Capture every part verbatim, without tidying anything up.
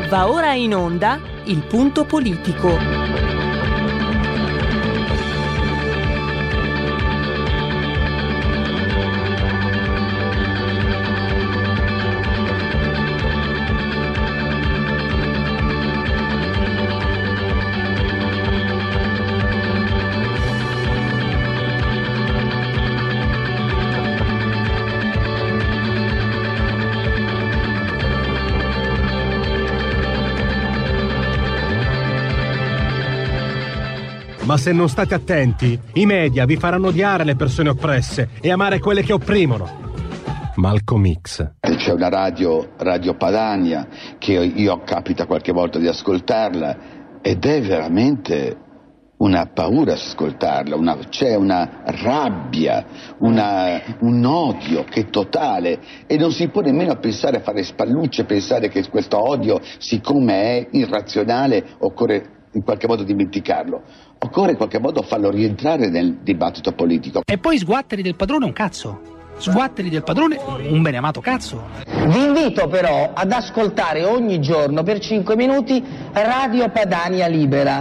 Va ora in onda Il Punto Politico. Ma se non state attenti, i media vi faranno odiare le persone oppresse e amare quelle che opprimono. Malcolm X. C'è una radio, Radio Padania, che io capita qualche volta di ascoltarla ed è veramente una paura ascoltarla, una, c'è una rabbia, una, un odio che è totale e non si può nemmeno pensare a fare spallucce, pensare che questo odio, siccome è irrazionale, occorre in qualche modo dimenticarlo. Occorre in qualche modo farlo rientrare nel dibattito politico. E poi sguatteri del padrone un cazzo. Sguatteri del padrone un beneamato cazzo. Vi invito però ad ascoltare ogni giorno per cinque minuti Radio Padania Libera.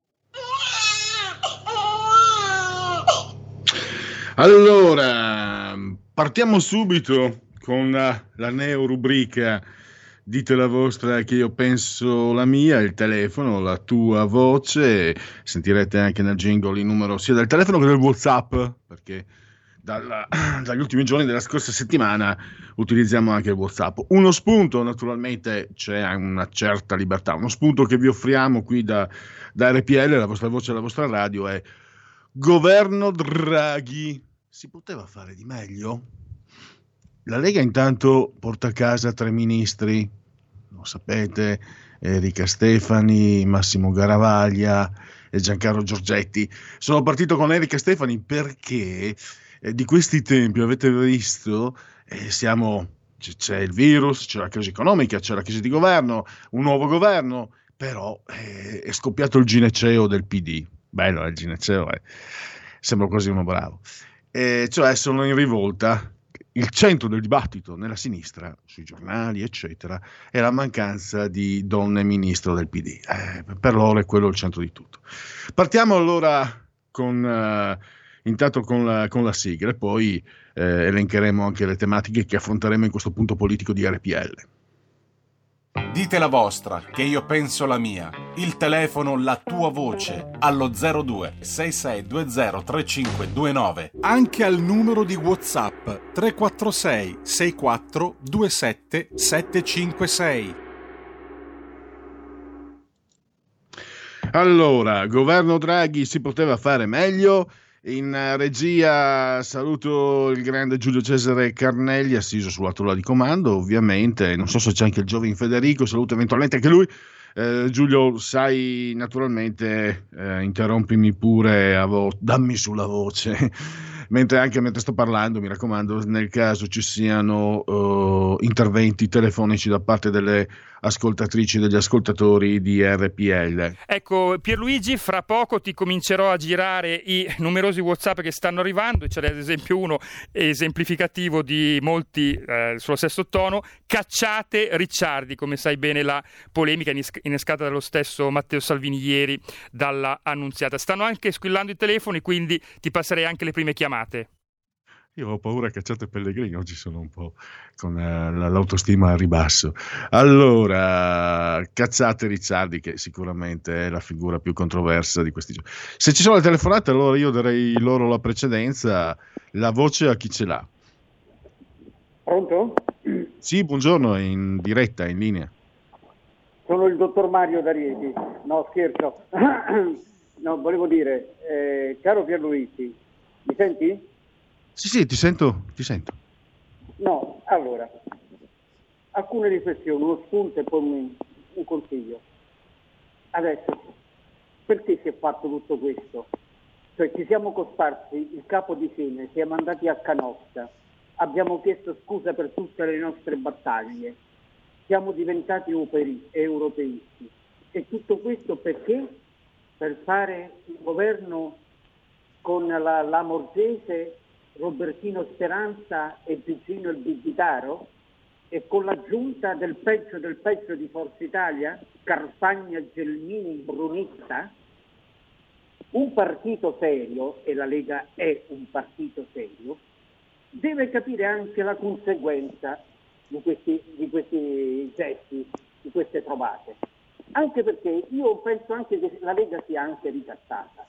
Allora, partiamo subito con la, la neorubrica Dite la vostra che io penso la mia, il telefono, la tua voce. Sentirete anche nel jingle il numero sia del telefono che del WhatsApp, perché dalla, dagli ultimi giorni della scorsa settimana utilizziamo anche il WhatsApp. Uno spunto, naturalmente c'è una certa libertà, uno spunto che vi offriamo qui da, da R P L, la vostra voce, la vostra radio, è: governo Draghi, si poteva fare di meglio? La Lega intanto porta a casa tre ministri, lo sapete, Erika Stefani, Massimo Garavaglia e Giancarlo Giorgetti. Sono partito con Erika Stefani perché eh, di questi tempi, avete visto, eh, siamo, c- c'è il virus, c'è la crisi economica, c'è la crisi di governo, un nuovo governo, però eh, è scoppiato il gineceo del P D. Bello, eh, il gineceo, eh. Sembra quasi uno bravo. Eh, cioè sono in rivolta. Il centro del dibattito nella sinistra, sui giornali, eccetera, è la mancanza di donne ministro del P D. Eh, per loro è quello il centro di tutto. Partiamo allora con, uh, intanto con la, con la sigla e poi eh, elencheremo anche le tematiche che affronteremo in questo punto politico di R P L. Dite la vostra, che io penso la mia. Il telefono, la tua voce, allo zero due sei sei due zero tre cinque due nove. Anche al numero di WhatsApp tre quattro sei sei quattro due sette sette cinque sei. Allora, governo Draghi, si poteva fare meglio? In regia saluto il grande Giulio Cesare Carnelli, assiso sulla tolla di comando, ovviamente. Non so se c'è anche il giovane Federico, saluto eventualmente anche lui. Eh, Giulio, sai, naturalmente, eh, interrompimi pure, a vo- dammi sulla voce, mentre anche mentre sto parlando, mi raccomando, nel caso ci siano uh, interventi telefonici da parte delle ascoltatrici e degli ascoltatori di R P L. Ecco, Pierluigi, fra poco ti comincerò a girare i numerosi WhatsApp che stanno arrivando. C'è ad esempio uno esemplificativo di molti eh, sullo stesso tono: cacciate Ricciardi, come sai bene la polemica innescata dallo stesso Matteo Salvini ieri dalla Annunziata. Stanno anche squillando i telefoni, quindi ti passerei anche le prime chiamate. Io ho paura cacciate Pellegrini, oggi sono un po' con uh, l'autostima a ribasso. Allora, cazzate Ricciardi, che sicuramente è la figura più controversa di questi giorni. Se ci sono le telefonate, allora io darei loro la precedenza. La voce a chi ce l'ha. Pronto? Sì, buongiorno, è in diretta, è in linea. Sono il dottor Mario D'Arieti. No, scherzo. No, volevo dire, eh, caro Pierluigi, mi senti? Sì, sì, ti sento, ti sento. No, allora, alcune riflessioni, uno spunto e poi un, un consiglio. Adesso, perché si è fatto tutto questo? Cioè, ci siamo cosparsi il capo di fine, siamo andati a Canossa, abbiamo chiesto scusa per tutte le nostre battaglie, siamo diventati operi, europeisti. E tutto questo perché? Per fare un governo con la, la Morgese, Robertino Speranza e Gigino il Bibitaro? e con l'aggiunta del peggio del peggio di Forza Italia, Carfagna, Gelmini, Brunetta, un partito serio, e la Lega è un partito serio, deve capire anche la conseguenza di questi, di questi gesti, di queste trovate. Anche perché io penso anche che la Lega sia anche ricattata.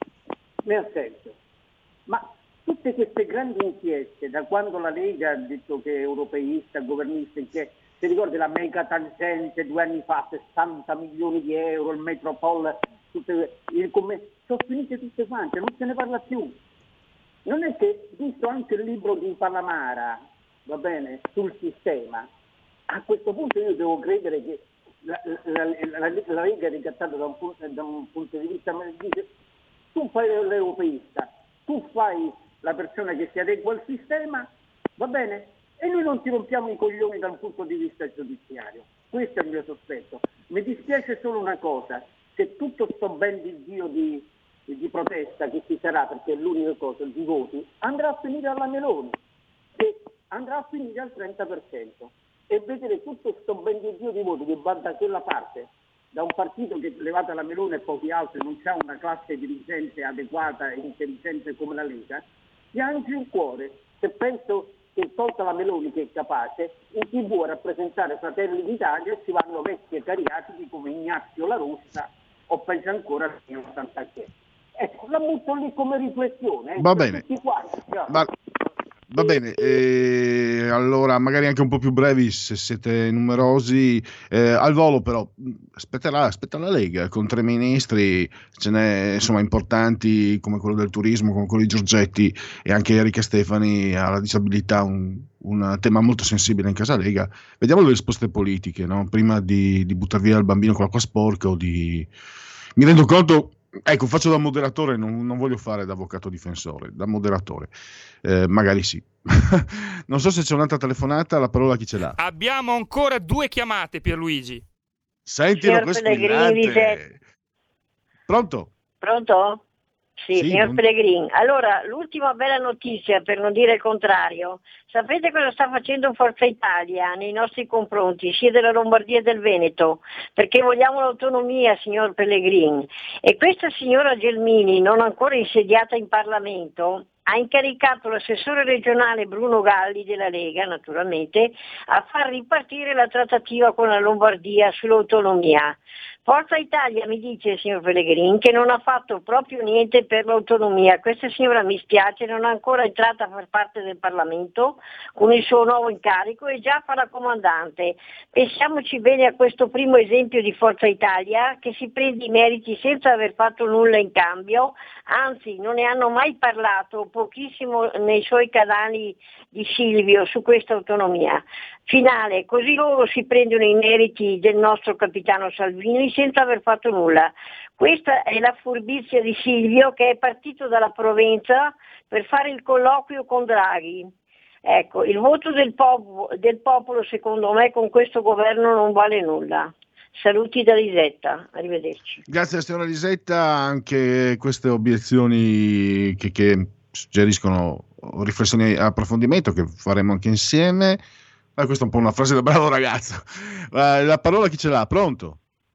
Nel senso, ma tutte queste grandi inchieste, da quando la Lega ha detto che è europeista, governista, che ti ricordi la mega tangente due anni fa, sessanta milioni di euro, il Metropol, tutte, il commesso, sono finite tutte quante, non se ne parla più. Non è che, visto anche il libro di Palamara, va bene, sul sistema, a questo punto io devo credere che la, la, la, la, la Lega è ricattata da un, punto, da un punto di vista, ma dice, tu fai l'europeista, tu fai la persona che si adegua al sistema, va bene? E noi non ti rompiamo i coglioni dal punto di vista giudiziario. Questo è il mio sospetto. Mi dispiace solo una cosa, che tutto sto ben di Dio di, di protesta che ci sarà, perché è l'unica cosa, di voti, andrà a finire alla Meloni, che andrà a finire al trenta per cento. E vedere tutto sto ben di Dio di voti che va da quella parte, da un partito che levata la Meloni e pochi altri non c'ha una classe dirigente adeguata e intelligente come la Lega, piange il cuore se penso che tolta la Meloni che è capace, in tivù a rappresentare Fratelli d'Italia ci vanno vecchi e cariatidi come Ignazio La Russa o peggio ancora Sant'Acchè. Ecco, la butto lì come riflessione. Eh, Va bene. Quanti, Va, va bene, eh, allora magari anche un po' più brevi se siete numerosi, eh, al volo però aspetterà, aspetta la Lega con tre ministri, ce n'è insomma importanti come quello del turismo, come quello di Giorgetti e anche Erika Stefani alla disabilità, un, un tema molto sensibile in casa Lega. Vediamo le risposte politiche, no? Prima di, di buttare via il bambino con l'acqua sporca o di... Mi rendo conto... Ecco, faccio da moderatore, non, non voglio fare da avvocato difensore, da moderatore, eh, magari sì. Non so se c'è un'altra telefonata, la parola chi ce l'ha? Abbiamo ancora due chiamate, Pierluigi. Sentilo Signor questo Pellegrini, squillante. Pronto? Pronto? Sì, Sì, signor non- Pellegrini. Allora, l'ultima bella notizia, per non dire il contrario, sapete cosa sta facendo Forza Italia nei nostri confronti, sia della Lombardia che del Veneto? Perché vogliamo l'autonomia, signor Pellegrini. E questa signora Gelmini, non ancora insediata in Parlamento, ha incaricato l'assessore regionale Bruno Galli della Lega, naturalmente, a far ripartire la trattativa con la Lombardia sull'autonomia. Forza Italia mi dice, signor Pellegrini, che non ha fatto proprio niente per l'autonomia. Questa signora, mi spiace, non è ancora entrata a far parte del Parlamento con il suo nuovo incarico e già fa la comandante. Pensiamoci bene a questo primo esempio di Forza Italia che si prende i meriti senza aver fatto nulla in cambio, anzi non ne hanno mai parlato, pochissimo nei suoi canali di Silvio su questa autonomia. Finale, così loro si prendono i meriti del nostro capitano Salvini senza aver fatto nulla. Questa è la furbizia di Silvio, che è partito dalla Provenza per fare il colloquio con Draghi. Ecco, il voto del popolo, del popolo secondo me con questo governo non vale nulla. Saluti da Lisetta, arrivederci. Grazie signora Lisetta, anche queste obiezioni che, che suggeriscono riflessioni e approfondimento che faremo anche insieme. Ah, questa è un po' una frase da bravo ragazzo. Uh, la parola chi ce l'ha? Pronto?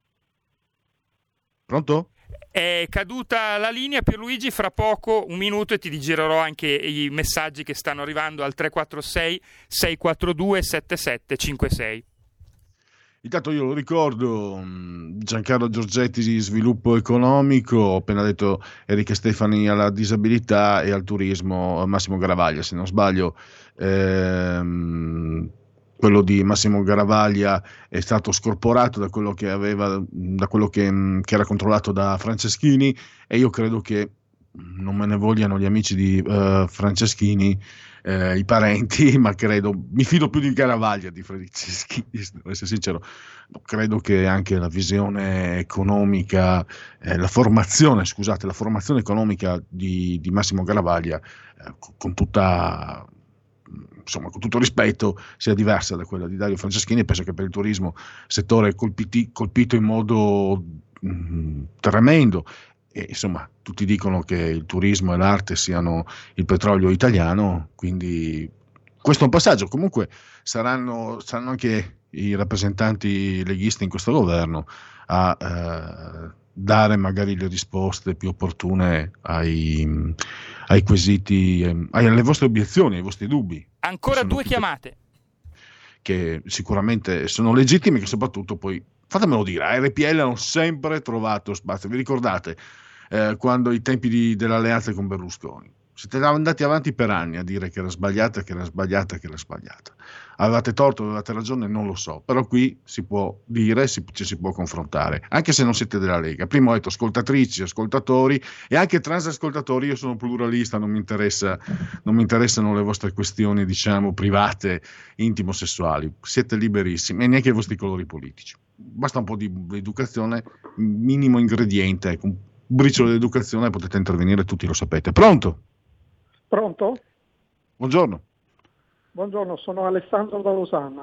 Pronto? È caduta la linea, Pierluigi, fra poco, un minuto, e ti digirerò anche i messaggi che stanno arrivando al tre quattro sei sei quattro due sette sette cinque sei. Intanto io lo ricordo, Giancarlo Giorgetti di Sviluppo Economico, ho appena detto Erika Stefani alla disabilità e al turismo Massimo Garavaglia, se non sbaglio. Ehm, quello di Massimo Garavaglia è stato scorporato da quello che aveva, da quello che, che era controllato da Franceschini, e io credo che non me ne vogliano gli amici di uh, Franceschini, eh, i parenti, ma credo, mi fido più di Garavaglia di Franceschini, devo essere sincero. Credo che anche la visione economica, eh, la formazione, scusate, la formazione economica di, di Massimo Garavaglia, eh, con tutta, insomma, con tutto rispetto, sia diversa da quella di Dario Franceschini. Penso che per il turismo, settore colpiti, colpito in modo mh, tremendo, e insomma tutti dicono che il turismo e l'arte siano il petrolio italiano, quindi questo è un passaggio. Comunque saranno, saranno anche i rappresentanti leghisti in questo governo a eh, dare magari le risposte più opportune ai, ai quesiti, eh, alle vostre obiezioni, ai vostri dubbi. Ancora due chiamate. Che sicuramente sono legittime, che soprattutto poi, fatemelo dire, a R P L hanno sempre trovato spazio. Vi ricordate eh, quando i tempi di, dell'alleanza con Berlusconi? Siete andati avanti per anni a dire che era sbagliata, che era sbagliata, che era sbagliata. Avevate torto, avevate ragione, non lo so, però qui si può dire, si, ci si può confrontare, anche se non siete della Lega. Prima ho detto ascoltatrici, ascoltatori e anche transascoltatori. Io sono pluralista, non mi interessa, non mi interessano le vostre questioni, diciamo, private, intimo-sessuali. Siete liberissimi, e neanche i vostri colori politici. Basta un po' di educazione, minimo ingrediente, ecco, un briciolo di educazione, potete intervenire, tutti lo sapete. Pronto? Pronto? Buongiorno. Buongiorno, sono Alessandro da Losanna.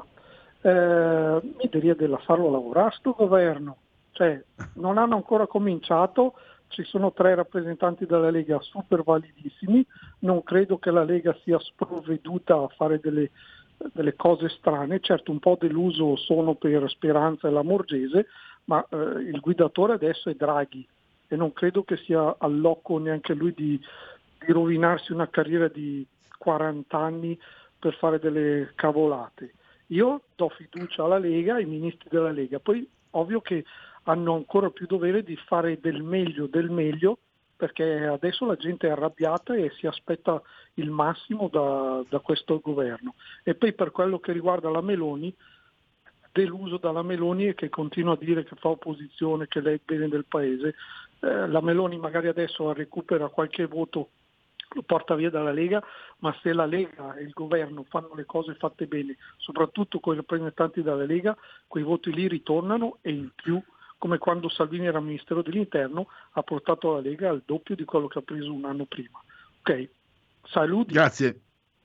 Eh, mi direi di farlo lavorare sto governo. Cioè, non hanno ancora cominciato, ci sono tre rappresentanti della Lega super validissimi, non credo che la Lega sia sprovveduta a fare delle, delle cose strane, certo un po' deluso sono per Speranza e la Morgese, ma eh, il guidatore adesso è Draghi e non credo che sia all'occo neanche lui di di rovinarsi una carriera di quaranta anni per fare delle cavolate. Io do fiducia alla Lega, ai ministri della Lega, poi ovvio che hanno ancora più dovere di fare del meglio del meglio, perché adesso la gente è arrabbiata e si aspetta il massimo da, da questo governo. E poi per quello che riguarda la Meloni, deluso dalla Meloni e che continua a dire che fa opposizione, che lei è il bene del paese. Eh, la Meloni magari adesso recupera qualche voto, lo porta via dalla Lega, ma se la Lega e il governo fanno le cose fatte bene, soprattutto con i rappresentanti della Lega, quei voti lì ritornano e in più, come quando Salvini era Ministero dell'Interno, ha portato la Lega al doppio di quello che ha preso un anno prima. Ok, saluti. Grazie.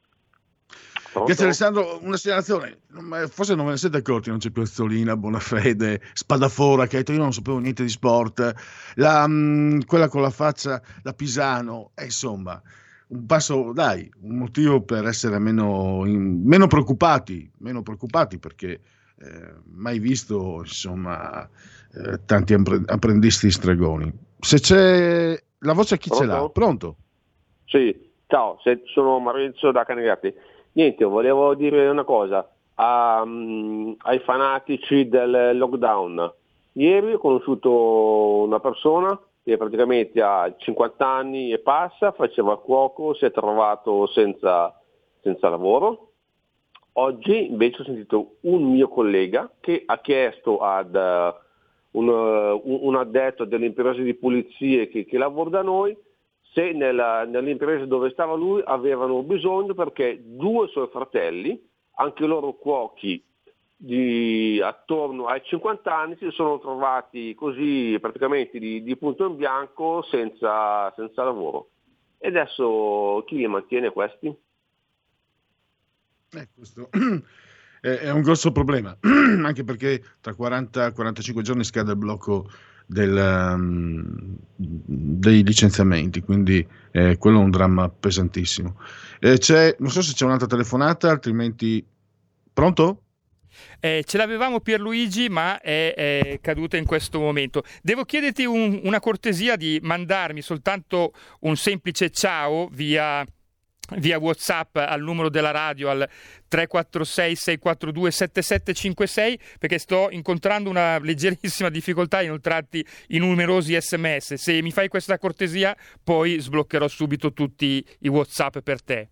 Grazie Alessandro, una segnalazione, forse non ve ne siete accorti, non c'è più Azzolina, Bonafede, Spadafora che ha detto io non sapevo niente di sport, la, mh, quella con la faccia, la Pisano, e insomma un passo, dai, un motivo per essere meno, in, meno preoccupati, meno preoccupati perché eh, mai visto insomma eh, tanti apprendisti stregoni. Se c'è la voce, chi Pronto? Ce l'ha? Pronto? Sì, ciao, sono Maurizio da Canegatti. Niente, volevo dire una cosa a, um, ai fanatici del lockdown. Ieri ho conosciuto una persona che praticamente ha cinquanta anni e passa, faceva il cuoco, si è trovato senza, senza lavoro. Oggi invece ho sentito un mio collega che ha chiesto ad uh, un, uh, un addetto delle imprese di pulizie che, che lavora da noi se nella, nelle imprese dove stava lui avevano bisogno, perché due suoi fratelli, anche loro cuochi di, attorno ai cinquanta anni, si sono trovati così praticamente di, di punto in bianco senza, senza lavoro. E adesso chi li mantiene questi? Eh, questo è un grosso problema, anche perché tra quaranta quarantacinque giorni scade il blocco del, um, dei licenziamenti, quindi eh, quello è un dramma pesantissimo. Eh, c'è, non so se c'è un'altra telefonata, altrimenti pronto? Eh, ce l'avevamo Pierluigi, ma è, è caduta in questo momento. Devo chiederti un, una cortesia di mandarmi soltanto un semplice ciao via via WhatsApp al numero della radio al tre quattro sei sei quattro due sette sette cinque sei, perché sto incontrando una leggerissima difficoltà a inoltrarti i numerosi sms. Se mi fai questa cortesia poi sbloccherò subito tutti i WhatsApp per te.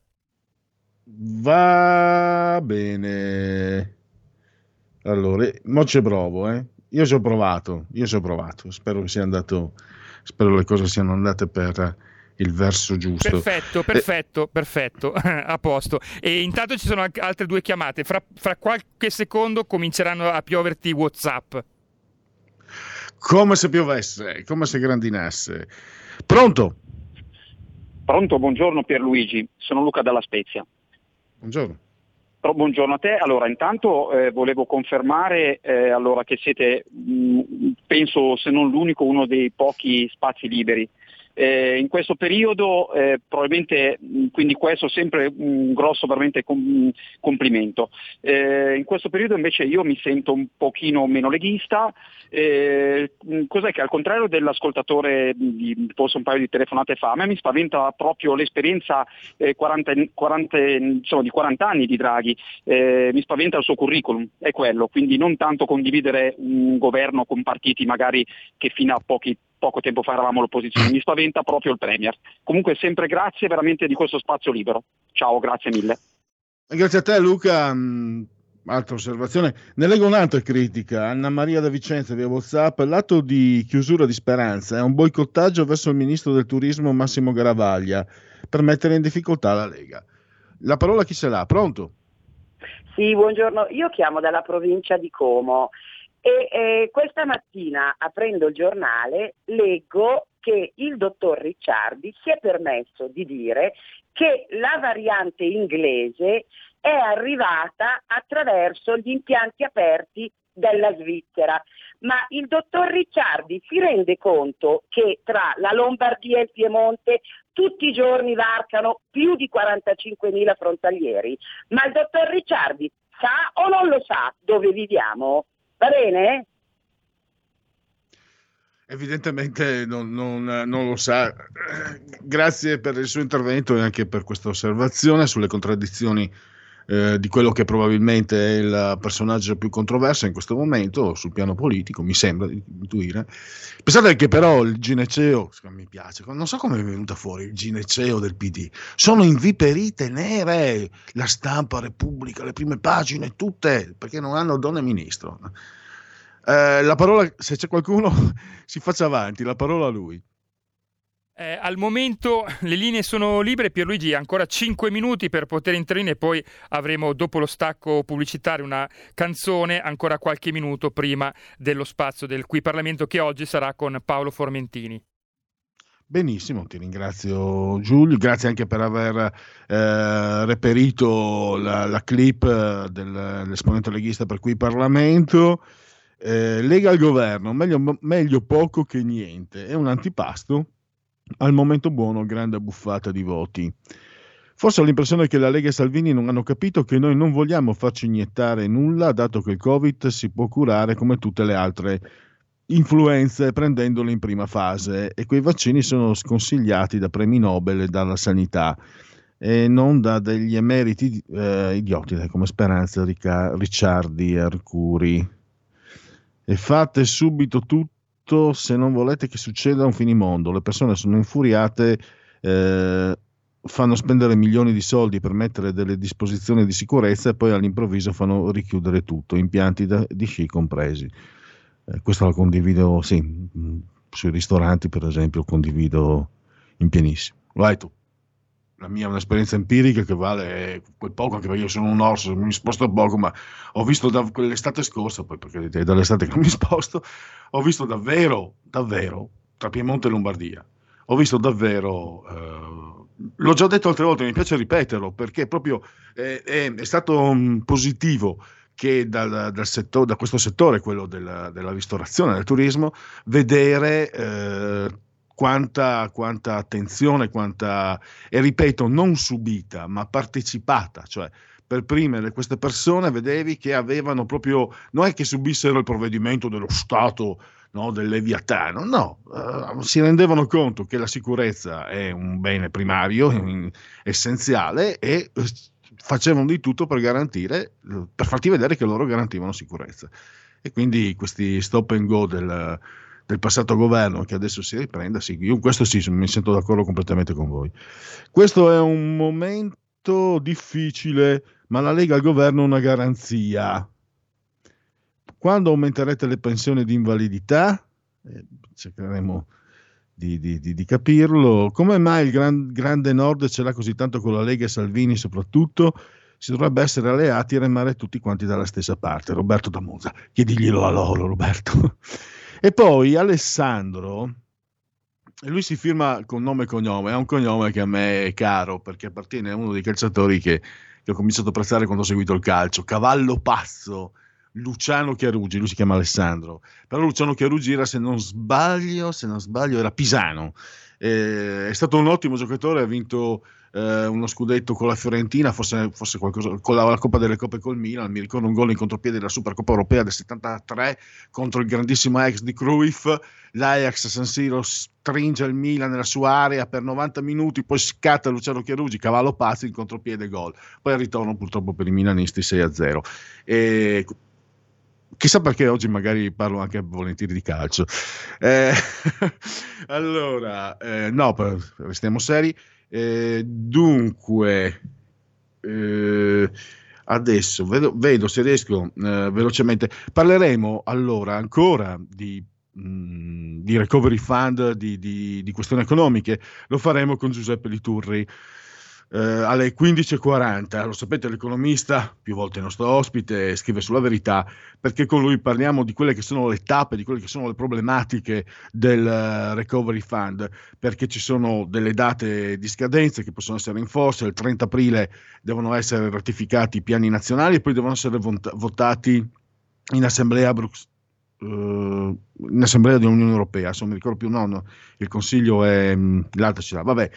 Va bene, allora mo ci provo, eh. io ci ho provato io ci ho provato spero che sia andato spero le cose siano andate per il verso giusto. Perfetto, perfetto, eh. perfetto, a posto. E intanto ci sono anche altre due chiamate. Fra, fra qualche secondo cominceranno a pioverti WhatsApp. Come se piovesse, come se grandinasse. Pronto? Pronto, buongiorno Pierluigi, sono Luca dalla Spezia. Buongiorno. Buongiorno a te. Allora, intanto eh, volevo confermare eh, allora che siete, mh, penso se non l'unico, uno dei pochi spazi liberi Eh, in questo periodo eh, probabilmente, mh, quindi questo sempre un grosso veramente com- complimento. Eh, in questo periodo invece io mi sento un pochino meno leghista, eh, mh, cos'è che al contrario dell'ascoltatore di forse un paio di telefonate fa, a me mi spaventa proprio l'esperienza eh, quaranta, quaranta, insomma, di quaranta anni di Draghi, eh, mi spaventa il suo curriculum, è quello, quindi non tanto condividere un governo con partiti magari che fino a pochi poco tempo fa eravamo l'opposizione, mi spaventa proprio il Premier. Comunque sempre grazie veramente di questo spazio libero. Ciao, grazie mille. Grazie a te Luca. Altra osservazione, ne leggo un'altra critica. Anna Maria da Vicenza via WhatsApp: l'atto di chiusura di Speranza è un boicottaggio verso il ministro del turismo Massimo Garavaglia per mettere in difficoltà la Lega. La parola chi se l'ha? Pronto? Sì, buongiorno, io chiamo dalla provincia di Como. E eh, questa mattina, aprendo il giornale, leggo che il dottor Ricciardi si è permesso di dire che la variante inglese è arrivata attraverso gli impianti aperti della Svizzera. Ma il dottor Ricciardi si rende conto che tra la Lombardia e il Piemonte tutti i giorni varcano più di quarantacinquemila frontalieri? Ma il dottor Ricciardi sa o non lo sa dove viviamo? Va bene? Evidentemente non, non, non lo sa. Grazie per il suo intervento e anche per questa osservazione sulle contraddizioni eh, di quello che probabilmente è il personaggio più controverso in questo momento sul piano politico, mi sembra di intuire. Pensate che però il gineceo, mi piace, non so come è venuta fuori il gineceo del P D, sono inviperite nere, la Stampa, Repubblica, le prime pagine, tutte, perché non hanno donne ministro. Eh, la parola, se c'è qualcuno si faccia avanti, la parola a lui. Eh, al momento le linee sono libere, Pierluigi, ancora cinque minuti per poter intervenire, poi avremo dopo lo stacco pubblicitario una canzone, ancora qualche minuto prima dello spazio del Qui Parlamento, che oggi sarà con Paolo Formentini. Benissimo, ti ringrazio Giulio, grazie anche per aver eh, reperito la, la clip del, dell'esponente leghista per Qui Parlamento. Eh, Lega al governo, meglio, meglio poco che niente, è un antipasto. Al momento buono, grande buffata di voti. Forse ho l'impressione che la Lega e Salvini non hanno capito che noi non vogliamo farci iniettare nulla, dato che il Covid si può curare come tutte le altre influenze prendendole in prima fase, e quei vaccini sono sconsigliati da premi Nobel e dalla sanità e non da degli emeriti eh, idioti come Speranza, Rica- Ricciardi e Arcuri. E fate subito tutto se non volete che succeda un finimondo. Le persone sono infuriate, eh, fanno spendere milioni di soldi per mettere delle disposizioni di sicurezza e poi all'improvviso fanno richiudere tutto, impianti da, di sci compresi. Eh, questo lo condivido, sì, mh, sui ristoranti per esempio condivido in pienissimo. Vai tu. La mia è un'esperienza empirica che vale quel poco, anche perché io sono un orso, mi sposto poco, ma ho visto da quell'estate scorsa, poi perché è dall'estate che non mi sposto, ho visto davvero, davvero, tra Piemonte e Lombardia, ho visto davvero, eh, l'ho già detto altre volte, mi piace ripeterlo, perché proprio eh, è, è stato um, positivo che dal, dal settore, da questo settore, quello della, della ristorazione, del turismo, vedere eh, Quanta, quanta attenzione, quanta, e ripeto, non subita, ma partecipata, cioè per prime queste persone vedevi che avevano proprio, non è che subissero il provvedimento dello Stato, no, del Leviatano, no, uh, si rendevano conto che la sicurezza è un bene primario, in, essenziale, e uh, facevano di tutto per garantire, per farti vedere che loro garantivano sicurezza. E quindi questi stop and go del del passato governo che adesso si riprenda, sì, io questo sì, mi sento d'accordo completamente con voi. Questo è un momento difficile, ma la Lega al governo è una garanzia. Quando aumenterete le pensioni di invalidità, eh, cercheremo di, di, di, di capirlo. Come mai il gran, grande nord ce l'ha così tanto con la Lega e Salvini soprattutto? Si dovrebbe essere alleati e remare tutti quanti dalla stessa parte. Roberto da Monza, chiediglielo a loro, Roberto. E poi Alessandro, lui si firma con nome e cognome, è un cognome che a me è caro perché appartiene a uno dei calciatori che, che ho cominciato a apprezzare quando ho seguito il calcio, Cavallo Pazzo, Luciano Chiarugi, lui si chiama Alessandro, però Luciano Chiarugi era, se non sbaglio, se non sbaglio era pisano, Eh, è stato un ottimo giocatore, ha vinto eh, uno scudetto con la Fiorentina, forse, forse qualcosa con la, la Coppa delle Coppe col Milan. Mi ricordo un gol in contropiede della Supercoppa Europea del settantatré contro il grandissimo Ajax di Cruyff. L'Ajax a San Siro stringe il Milan nella sua area per novanta minuti, poi scatta Luciano Chiarugi, cavallo pazzo, in contropiede, gol. Poi al ritorno purtroppo per i milanisti sei a zero. E chissà perché oggi magari parlo anche volentieri di calcio. Eh, allora, eh, no, restiamo seri. Eh, dunque, eh, adesso vedo, vedo se riesco eh, velocemente. Parleremo allora ancora di, mh, di recovery fund, di, di, di questioni economiche. Lo faremo con Giuseppe Liturri. Uh, alle quindici e quaranta. Lo sapete, l'economista, più volte nostro ospite, scrive sulla Verità, perché con lui parliamo di quelle che sono le tappe, di quelle che sono le problematiche del uh, Recovery Fund, perché ci sono delle date di scadenza che possono essere in forza. Il trenta aprile devono essere ratificati i piani nazionali e poi devono essere vot- votati in assemblea Brux- uh, in assemblea dell'Unione Europea. Se non mi ricordo più, no, no, il Consiglio è mh, l'altra città, vabbè.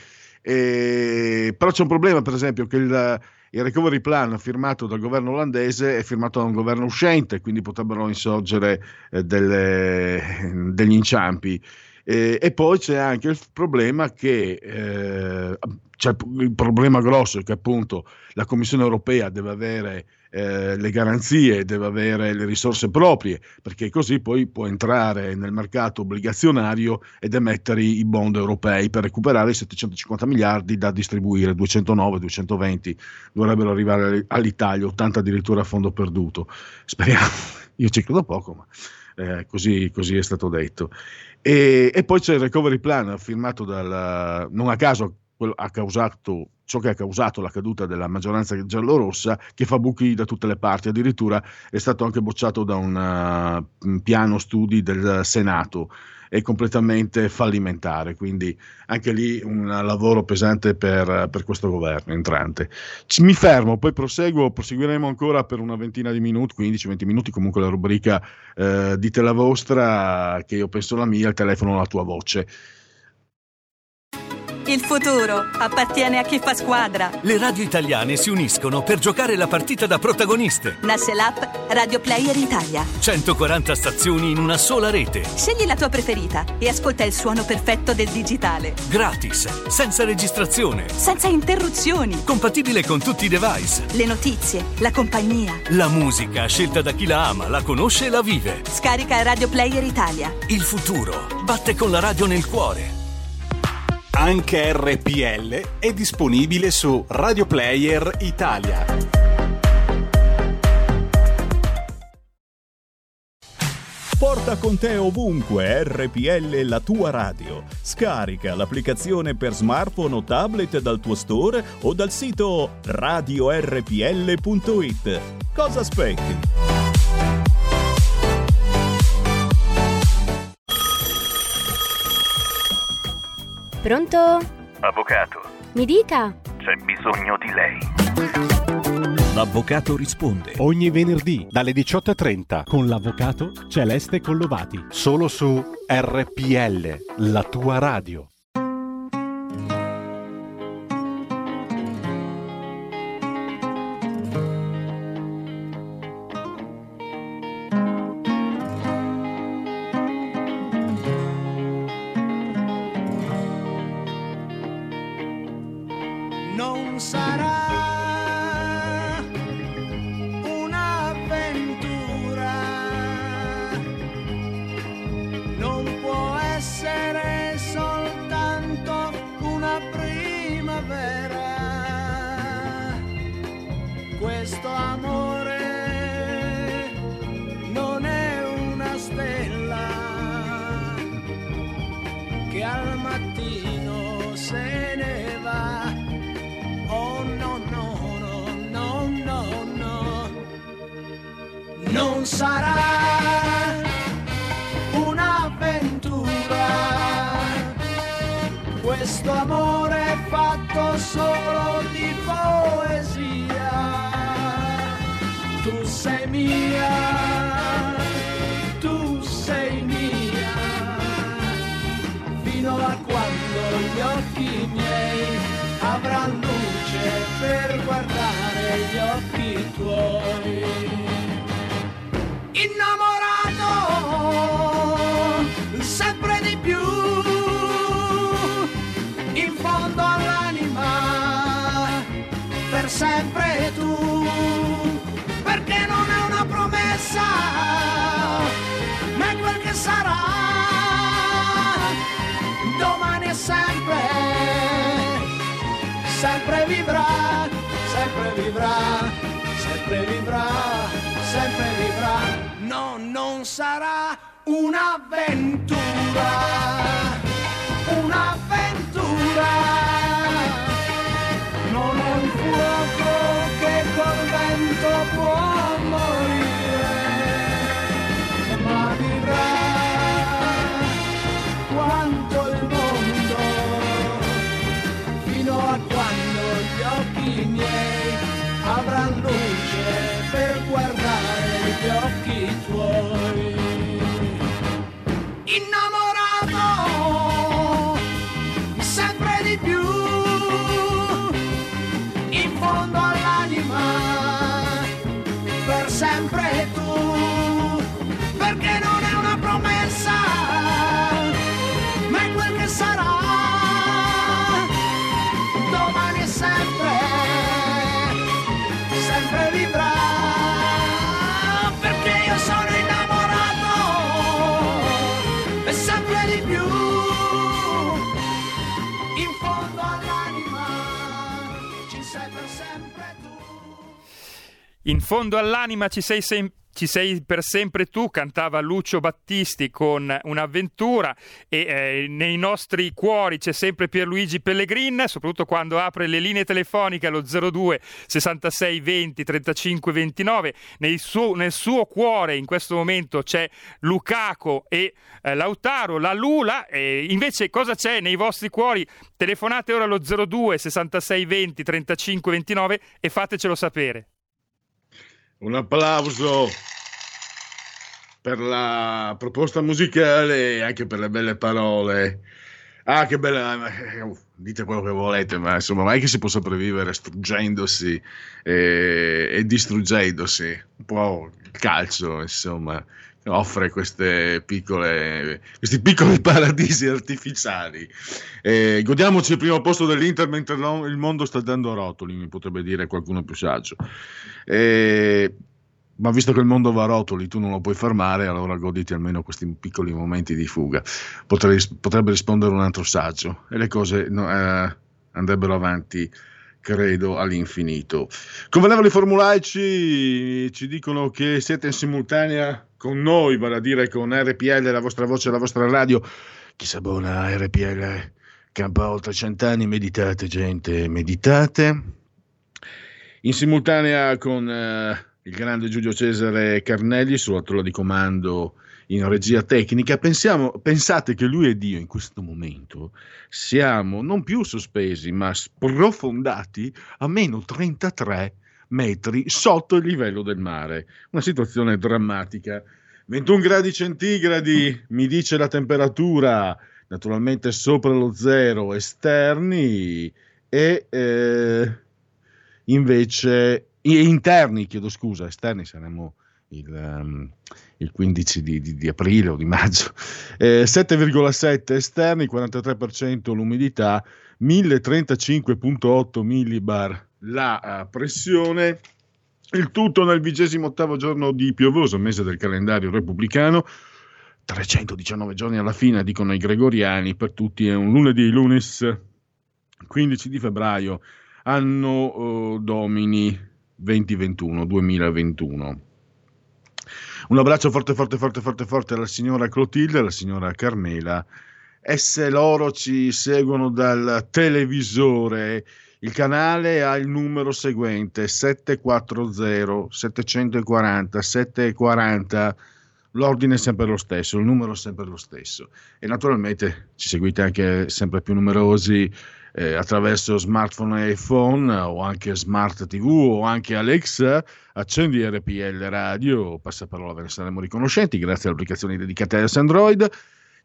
Eh, però c'è un problema, per esempio, che il, il recovery plan firmato dal governo olandese è firmato da un governo uscente, quindi potrebbero insorgere eh, delle, degli inciampi. Eh, e poi c'è anche il problema che eh, c'è il problema grosso che appunto la Commissione europea deve avere eh, le garanzie, deve avere le risorse proprie, perché così poi può entrare nel mercato obbligazionario ed emettere i bond europei per recuperare i settecentocinquanta miliardi da distribuire. Duecentonove, duecentoventi dovrebbero arrivare all'Italia, ottanta addirittura a fondo perduto. Speriamo, io ci credo poco, ma eh, così, così è stato detto. E, e poi c'è il recovery plan firmato dal, non a caso quello ha causato ciò che ha causato la caduta della maggioranza giallorossa, che fa buchi da tutte le parti. Addirittura è stato anche bocciato da un, uh, un piano studi del Senato, è completamente fallimentare, quindi anche lì un lavoro pesante per, per questo governo entrante. Ci, mi fermo, poi proseguo, proseguiremo ancora per una ventina di minuti, quindici venti minuti, comunque la rubrica eh, dite la vostra, che io penso la mia, il telefono la tua voce. Il futuro appartiene a chi fa squadra. Le radio italiane si uniscono per giocare la partita da protagoniste. Nasce l'app Radio Player Italia. centoquaranta stazioni in una sola rete. Scegli la tua preferita e ascolta il suono perfetto del digitale. Gratis, senza registrazione. Senza interruzioni. Compatibile con tutti i device. Le notizie, la compagnia. La musica scelta da chi la ama, la conosce e la vive. Scarica Radio Player Italia. Il futuro batte con la radio nel cuore. Anche R P L è disponibile su Radio Player Italia. Porta con te ovunque R P L, la tua radio. Scarica l'applicazione per smartphone o tablet dal tuo store o dal sito radio r p l punto i t. Cosa aspetti? Pronto? Avvocato. Mi dica. C'è bisogno di lei. L'avvocato risponde ogni venerdì dalle diciotto e trenta con l'avvocato Celeste Collovati, solo su R P L, la tua radio. Non sarà un'avventura, non può essere soltanto una primavera, questo amore non è una stella che al mattino se ne va. Oh no, no, no, no, no, no, non sarà un'avventura, questo amore è fatto solo di poesia, tu sei mia, tu sei mia, fino a quando per guardare gli occhi tuoi. Innamorato sempre di più, in fondo all'anima, per sempre tu, perché non è una promessa, ma è quel che sarà, domani è sempre, sempre vivrà, sempre vivrà, sempre vivrà, sempre vivrà. No, non sarà un'avventura, un'avventura, non è un fuoco che col vento può morire, ma vivrà quanto il mondo, fino a quando gli occhi miei avranno luce per guardare gli occhi tuoi. Innamorato sempre di più, in fondo all'anima, per sempre tu, perché non è una promessa, ma è quel che sarà, domani è sempre, sempre vivrà, perché io sono innamorato e sempre di più, in fondo all'anima ci sei per sempre tu. In fondo all'anima ci sei sempre Ci sei per sempre tu, cantava Lucio Battisti con Un'avventura, e eh, nei nostri cuori c'è sempre Pierluigi Pellegrin, soprattutto quando apre le linee telefoniche allo zero due sessantasei venti trentacinque ventinove. Nel suo, nel suo cuore in questo momento c'è Lukaku e eh, Lautaro, la Lula, e invece cosa c'è nei vostri cuori? Telefonate ora allo zero due sessantasei venti trentacinque ventinove e fatecelo sapere. Un applauso per la proposta musicale e anche per le belle parole. Ah, che bella, dite quello che volete, ma insomma, mai che si può sopravvivere struggendosi e, e distruggendosi. Un po' il calcio, insomma, offre queste piccole, questi piccoli paradisi artificiali. E godiamoci il primo posto dell'Inter mentre il mondo sta dando rotoli, mi potrebbe dire qualcuno più saggio. E, ma visto che il mondo va a rotoli, tu non lo puoi fermare, allora goditi almeno questi piccoli momenti di fuga. Potrei, potrebbe rispondere un altro saggio e le cose no, eh, andrebbero avanti, credo, all'infinito. Convenevoli formulaici ci dicono che siete in simultanea con noi, vale a dire con R P L, la vostra voce, la vostra radio. Chi si abbona a R P L campa oltre cent'anni, meditate gente, meditate. In simultanea con eh, il grande Giulio Cesare Carnelli sulla tolla di comando in regia tecnica. Pensiamo, pensate che lui ed io in questo momento siamo non più sospesi ma sprofondati a meno trentatré metri sotto il livello del mare, una situazione drammatica. ventuno gradi centigradi mi dice la temperatura, naturalmente sopra lo zero esterni e eh, invece interni, chiedo scusa, esterni saremmo il, um, il quindici di, di, di aprile o di maggio, eh, sette virgola sette esterni, quarantatré per cento l'umidità, mille trentacinque virgola otto millibar la uh, pressione, il tutto nel vigesimo ottavo giorno di piovoso mese del calendario repubblicano, trecentodiciannove giorni alla fine, dicono i gregoriani, per tutti è un lunedì, lunis quindici di febbraio, anno uh, domini duemilaventuno. Un abbraccio forte forte forte forte forte alla signora Clotilde, alla signora Carmela, e se loro ci seguono dal televisore, il canale ha il numero seguente settecentoquaranta settecentoquaranta settecentoquaranta, l'ordine è sempre lo stesso, il numero è sempre lo stesso, e naturalmente ci seguite anche sempre più numerosi eh, attraverso smartphone e iPhone o anche smart tivù o anche Alexa. Accendi R P L Radio, passaparola, ve ne saremo riconoscenti, grazie alle applicazioni dedicate a iOS Android.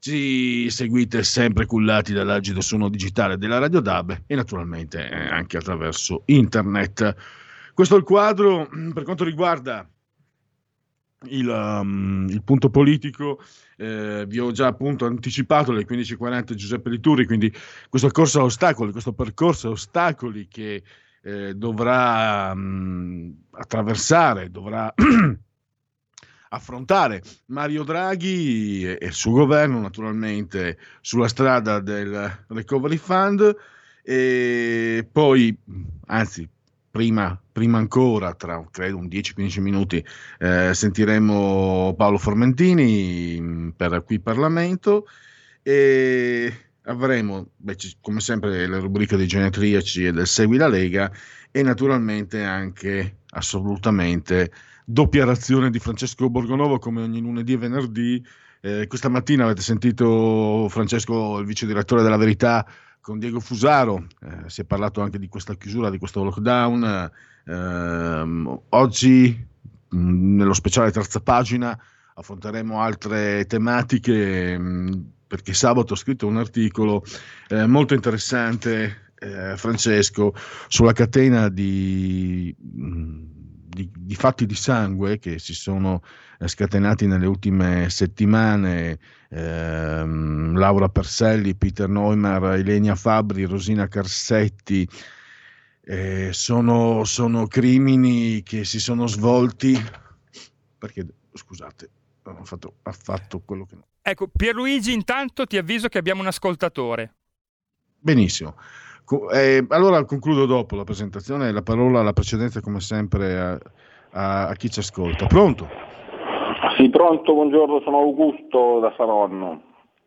ci seguite sempre cullati dall'agido suono digitale della Radio D A B e naturalmente anche attraverso internet. Questo è il quadro per quanto riguarda il, um, il punto politico. Eh, vi ho già appunto anticipato alle quindici e quaranta Giuseppe Liturri, quindi questo corso a ostacoli, questo percorso a ostacoli che eh, dovrà um, attraversare, dovrà affrontare Mario Draghi e, e il suo governo, naturalmente sulla strada del Recovery Fund. E poi, anzi prima, prima ancora, tra credo un dieci quindici minuti, eh, sentiremo Paolo Formentini per Qui Parlamento e avremo, beh, come sempre, le rubriche dei genetriaci e del Segui la Lega e naturalmente anche assolutamente doppia razione di Francesco Borgonovo come ogni lunedì e venerdì. Eh, questa mattina avete sentito Francesco, il vice direttore della Verità, con Diego Fusaro, eh, si è parlato anche di questa chiusura, di questo lockdown. Eh, oggi, mh, nello speciale terza pagina, affronteremo altre tematiche, mh, perché sabato ho scritto un articolo eh, molto interessante, eh, Francesco, sulla catena di... Mh, Di, di fatti di sangue che si sono scatenati nelle ultime settimane. ehm, Laura Perselli, Peter Neumann, Ilenia Fabbri, Rosina Carsetti, eh, sono, sono crimini che si sono svolti perché, scusate, ho fatto, ha fatto quello che no. Ecco, Pierluigi, intanto ti avviso che abbiamo un ascoltatore. Benissimo. Eh, allora concludo dopo la presentazione, la parola, la precedenza come sempre a, a, a chi ci ascolta. Pronto? Sì, pronto, buongiorno, sono Augusto da Saronno.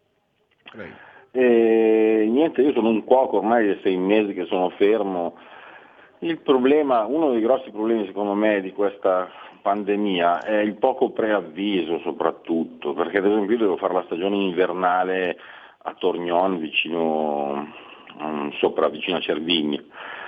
E, niente, io sono un cuoco, ormai è sei mesi che sono fermo. Il problema, uno dei grossi problemi secondo me di questa pandemia è il poco preavviso soprattutto, perché ad esempio io devo fare la stagione invernale a Tornion vicino... sopra vicino a Cervigno,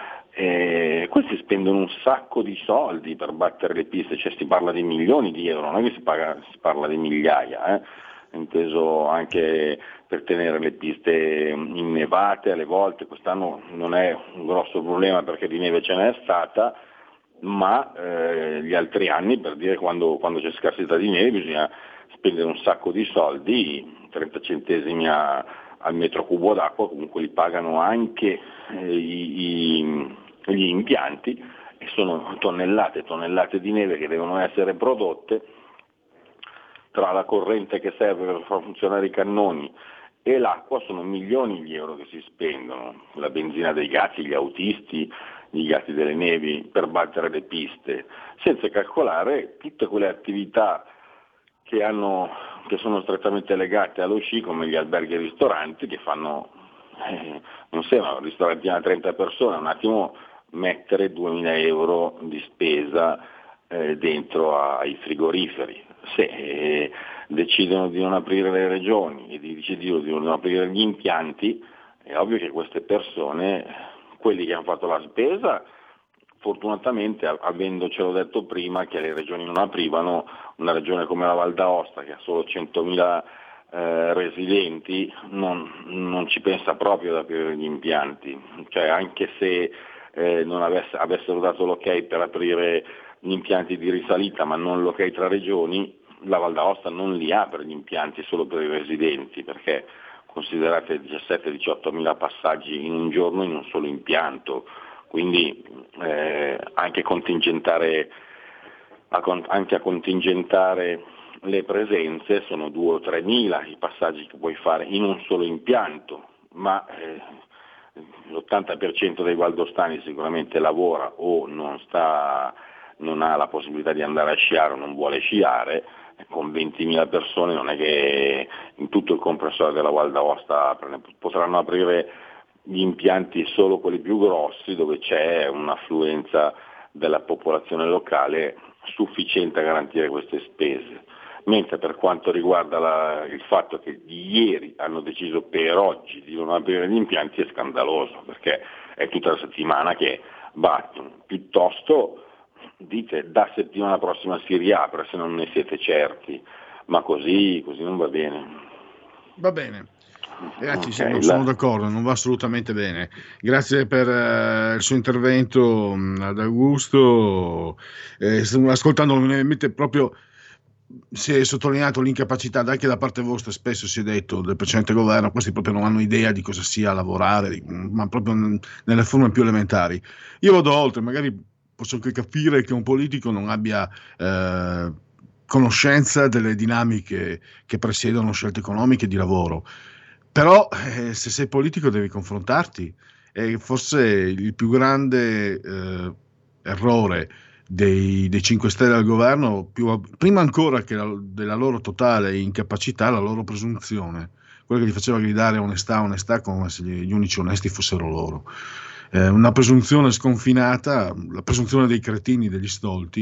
e questi spendono un sacco di soldi per battere le piste, cioè si parla di milioni di euro, non è che si, paga, si parla di migliaia, eh? inteso anche per tenere le piste innevate alle volte. Quest'anno non è un grosso problema perché di neve ce n'è stata, ma eh, gli altri anni, per dire, quando, quando c'è scarsità di neve bisogna spendere un sacco di soldi, trenta centesimi a al metro cubo d'acqua, comunque li pagano anche eh, i, i, gli impianti, e sono tonnellate e tonnellate di neve che devono essere prodotte, tra la corrente che serve per far funzionare i cannoni e l'acqua sono milioni di euro che si spendono, la benzina dei gatti, gli autisti, gli gatti delle nevi per battere le piste, senza calcolare tutte quelle attività che hanno che sono strettamente legate allo sci, come gli alberghi e i ristoranti, che fanno, eh, non sembra un ristorantino a trenta persone, un attimo mettere duemila euro di spesa eh, dentro ai frigoriferi. Se eh, decidono di non aprire le regioni e di decidono di non aprire gli impianti, è ovvio che queste persone, quelli che hanno fatto la spesa, fortunatamente, avendocelo detto prima che le regioni non aprivano, una regione come la Val d'Aosta che ha solo centomila eh, residenti non, non ci pensa proprio ad aprire gli impianti, cioè anche se eh, non avesse, avessero dato l'ok per aprire gli impianti di risalita ma non l'ok tra regioni, la Val d'Aosta non li apre gli impianti solo per i residenti, perché considerate diciassette diciotto mila passaggi in un giorno in un solo impianto. Quindi eh, anche contingentare a, anche a contingentare le presenze sono due o tre mila i passaggi che puoi fare in un solo impianto, ma eh, l'ottanta per cento dei valdostani sicuramente lavora o non sta, non ha la possibilità di andare a sciare o non vuole sciare. Con ventimila persone non è che in tutto il comprensorio della Val d'Aosta potranno aprire gli impianti solo quelli più grossi, dove c'è un'affluenza della popolazione locale sufficiente a garantire queste spese. Mentre per quanto riguarda la, il fatto che ieri hanno deciso per oggi di non aprire gli impianti, è scandaloso, perché è tutta la settimana che battono. Piuttosto dite da settimana prossima si riapre se non ne siete certi, ma così, così non va bene. Va bene. Ragazzi, Okay, non la- sono d'accordo, non va assolutamente bene. Grazie per eh, il suo intervento, mh, ad Augusto. Eh, sto ascoltando, mi viene in mente proprio, si è sottolineato l'incapacità anche da parte vostra, spesso si è detto del precedente governo, questi proprio non hanno idea di cosa sia lavorare, di- ma proprio n- nelle forme più elementari. Io vado oltre, magari posso anche capire che un politico non abbia eh, conoscenza delle dinamiche che presiedono scelte economiche e di lavoro, però eh, se sei politico devi confrontarti, e forse il più grande eh, errore dei, dei cinque Stelle al governo, più, prima ancora che la, della loro totale incapacità, la loro presunzione, quello che gli faceva gridare onestà, onestà, come se gli, gli unici onesti fossero loro. Eh, una presunzione sconfinata, la presunzione dei cretini, degli stolti,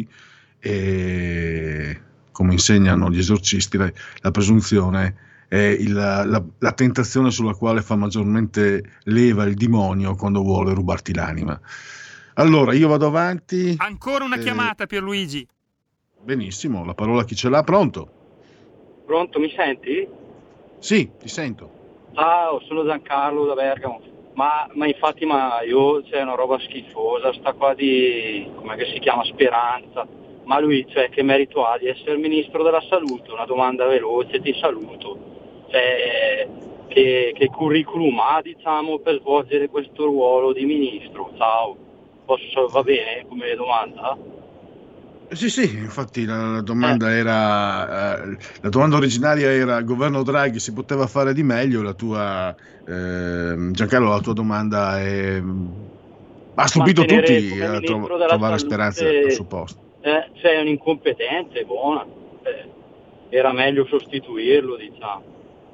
e come insegnano gli esorcisti, la, la presunzione è il- la, la tentazione sulla quale fa maggiormente leva il demonio quando vuole rubarti l'anima. Allora, io vado avanti. Ancora una Eh, chiamata, Pierluigi. Benissimo, la parola a chi ce l'ha, pronto? Pronto, mi senti? Sì, ti sento. Ciao, sono Giancarlo da Bergamo. Ma, ma infatti, ma io c'è una roba schifosa, sta qua di, come che si chiama, Speranza. Ma lui, cioè, che merito ha di essere ministro della salute? Una domanda veloce, ti saluto. Cioè, che, che curriculum ha, diciamo, per svolgere questo ruolo di ministro? Ciao. Posso, va bene come domanda? Sì, sì, infatti la, la domanda era, eh, la domanda originaria era: governo Draghi, si poteva fare di meglio? La tua, eh, Giancarlo, la tua domanda è, ha stupito Mantenere tutti come a ministro tro- della trovare salute, speranza al suo posto. Eh, sei un incompetente, buona. Eh, era meglio sostituirlo, diciamo.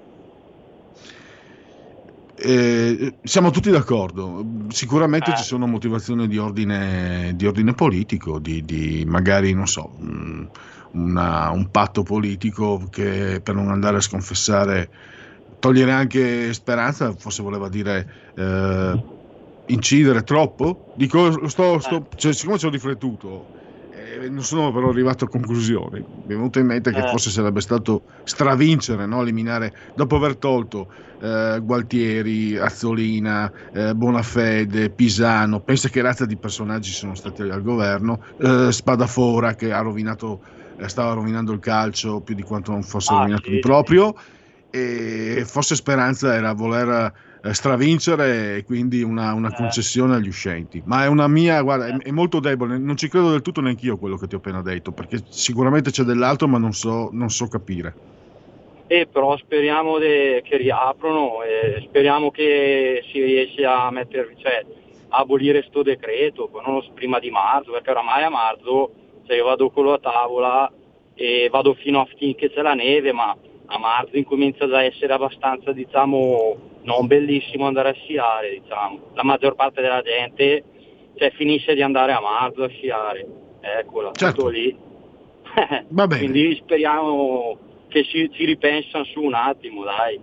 Eh, siamo tutti d'accordo, sicuramente Eh. ci sono motivazioni di ordine, di ordine politico, di, di magari, non so, mh, una- un patto politico che per non andare a sconfessare, togliere anche Speranza, forse voleva dire eh, incidere troppo. Dico, lo sto, sto- cioè, siccome ci ho riflettuto, eh, non sono però arrivato a conclusioni. Mi è venuto in mente che Eh. forse sarebbe stato stravincere, no? Eliminare, dopo aver tolto eh, Gualtieri, Azzolina, eh, Bonafede, Pisano, pensa che razza di personaggi sono stati al governo, eh, Spadafora che ha rovinato, eh, stava rovinando il calcio più di quanto non fosse Ah, rovinato sì, di proprio, e forse Speranza era voler eh, stravincere e quindi una, una Eh. concessione agli uscenti. Ma è una mia, guarda, è, è molto debole, non ci credo del tutto neanch'io quello che ti ho appena detto, perché sicuramente c'è dell'altro, ma non so, non so capire. E però speriamo de- che riaprono e speriamo che si riesca a mettere, cioè, a abolire sto decreto, poi non lo so, prima di marzo, perché oramai a marzo, cioè, io vado con la tavola e vado fino a finché c'è la neve, ma a marzo incomincia già a essere abbastanza, diciamo, non bellissimo andare a sciare, diciamo. La maggior parte della gente, cioè, finisce di andare a marzo a sciare, eccola, Certo. tutto lì. Va bene. Quindi speriamo che ci, ci ripensano su un attimo, dai.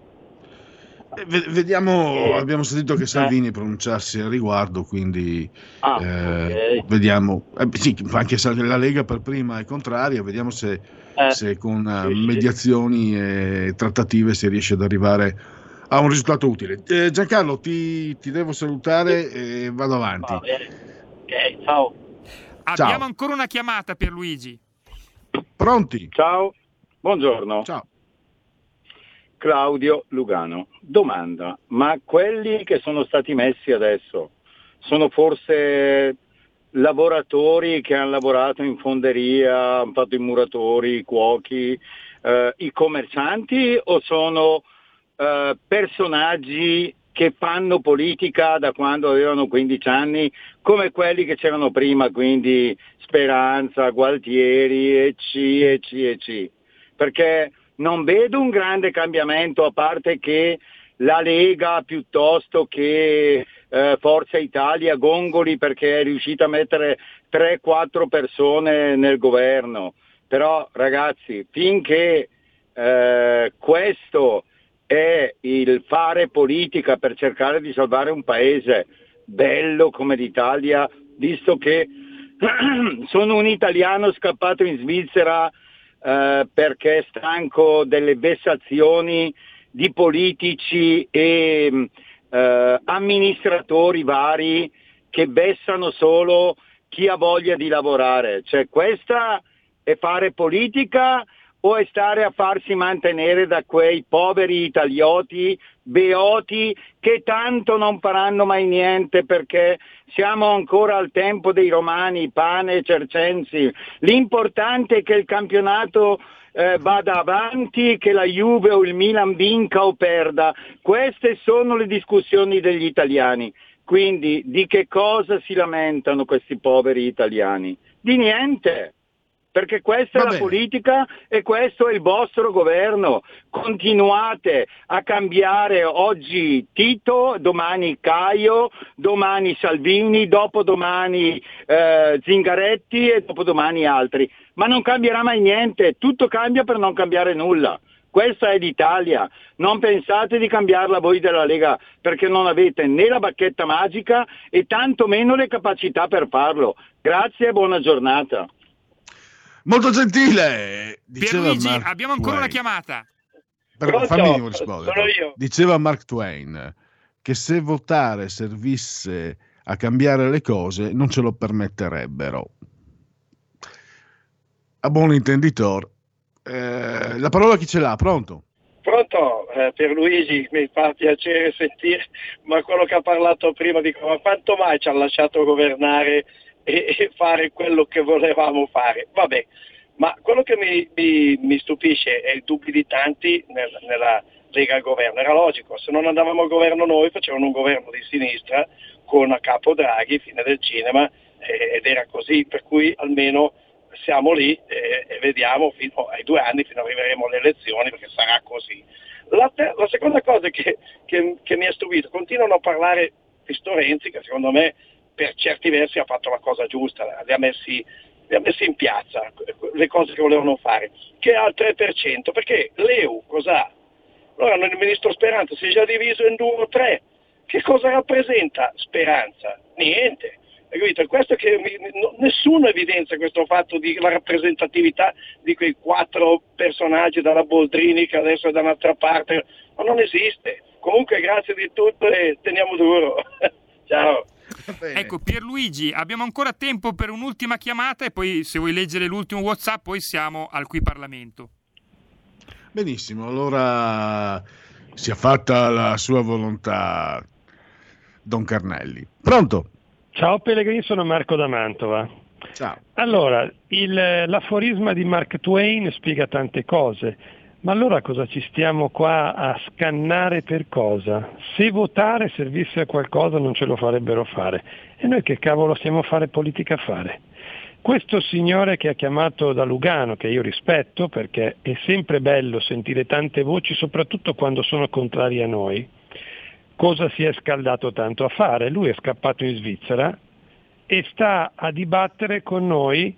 Eh, ve- Vediamo, Eh. abbiamo sentito che Salvini pronunciarsi al riguardo, quindi Ah, eh, ok. vediamo, eh, sì, anche se la Lega per prima è contraria, vediamo se, Eh, se con eh, sì, sì. mediazioni e trattative si riesce ad arrivare a un risultato utile. Eh, Giancarlo, ti, ti devo salutare e vado avanti. Va bene. Ok, ciao. Abbiamo Ciao. ancora una chiamata, Pierluigi. Pronti? Ciao, buongiorno. Ciao. Claudio Lugano. Domanda, ma quelli che sono stati messi adesso sono forse lavoratori che hanno lavorato in fonderia, hanno fatto i muratori, i cuochi, eh, i commercianti, o sono eh, personaggi che fanno politica da quando avevano quindici anni, come quelli che c'erano prima, quindi Speranza, Gualtieri, e C, e C, e C? Perché non vedo un grande cambiamento, a parte che la Lega piuttosto che eh, Forza Italia gongoli perché è riuscita a mettere tre quattro persone nel governo. Però ragazzi, finché eh, questo è il fare politica per cercare di salvare un paese bello come l'Italia, visto che sono un italiano scappato in Svizzera eh, perché è stanco delle vessazioni di politici e eh, amministratori vari che vessano solo chi ha voglia di lavorare. Cioè, questa è fare politica o è stare a farsi mantenere da quei poveri italioti, beoti, che tanto non faranno mai niente perché siamo ancora al tempo dei romani, Pane e Circensi. L'importante è che il campionato eh, vada avanti, che la Juve o il Milan vinca o perda. Queste sono le discussioni degli italiani. Quindi di che cosa si lamentano questi poveri italiani? Di niente. Perché questa Va è la bene. politica e questo è il vostro governo. Continuate a cambiare oggi Tito, domani Caio, domani Salvini, dopodomani eh, Zingaretti e dopodomani altri. Ma non cambierà mai niente, tutto cambia per non cambiare nulla. Questa è l'Italia, non pensate di cambiarla voi della Lega perché non avete né la bacchetta magica e tanto meno le capacità per farlo. Grazie e buona giornata. Molto gentile, diceva Pierluigi, Mark abbiamo ancora una Twain. chiamata. Per, Pronto? fammi rispondere. Sono io. Diceva Mark Twain che se votare servisse a cambiare le cose non ce lo permetterebbero. A buon intenditor, eh, la parola chi ce l'ha? Pronto? Pronto, eh, Pierluigi, mi fa piacere sentire, ma quello che ha parlato prima dico, ma quanto mai ci ha lasciato governare e, e fare quello che volevamo fare? Vabbè, ma quello che mi, mi, mi stupisce è il dubbio di tanti nel, nella Lega al governo. Era logico, se non andavamo al governo noi facevano un governo di sinistra con a capo Draghi, fine del cinema, eh, ed era così, per cui almeno siamo lì eh, e vediamo fino ai due anni, fino arriveremo alle elezioni, perché sarà così. La, ter- la seconda cosa che, che, che mi ha stupito, continuano a parlare di sto Renzi, che secondo me per certi versi ha fatto la cosa giusta, li ha messi, li ha messi in piazza, le cose che volevano fare, che ha il tre per cento, perché l'E U cos'ha? Allora il ministro Speranza si è già diviso in due o tre, che cosa rappresenta Speranza? Niente. Hai capito? Questo che mi, no, nessuno evidenzia questo fatto di la rappresentatività di quei quattro personaggi dalla Boldrini che adesso è da un'altra parte, ma non esiste. Comunque grazie di tutto e teniamo duro. Ciao. Ecco Pierluigi, abbiamo ancora tempo per un'ultima chiamata e poi se vuoi leggere l'ultimo WhatsApp poi siamo al Qui Parlamento. Benissimo, allora sia fatta la sua volontà, Don Carnelli. Pronto? Ciao Pellegrini, sono Marco da Mantova. Ciao. Allora, il, l'aforisma di Mark Twain spiega tante cose, ma allora cosa ci stiamo qua a scannare per cosa? Se votare servisse a qualcosa non ce lo farebbero fare. E noi che cavolo stiamo a fare politica a fare? Questo signore che ha chiamato da Lugano, che io rispetto perché è sempre bello sentire tante voci, soprattutto quando sono contrari a noi, cosa si è scaldato tanto a fare? Lui è scappato in Svizzera e sta a dibattere con noi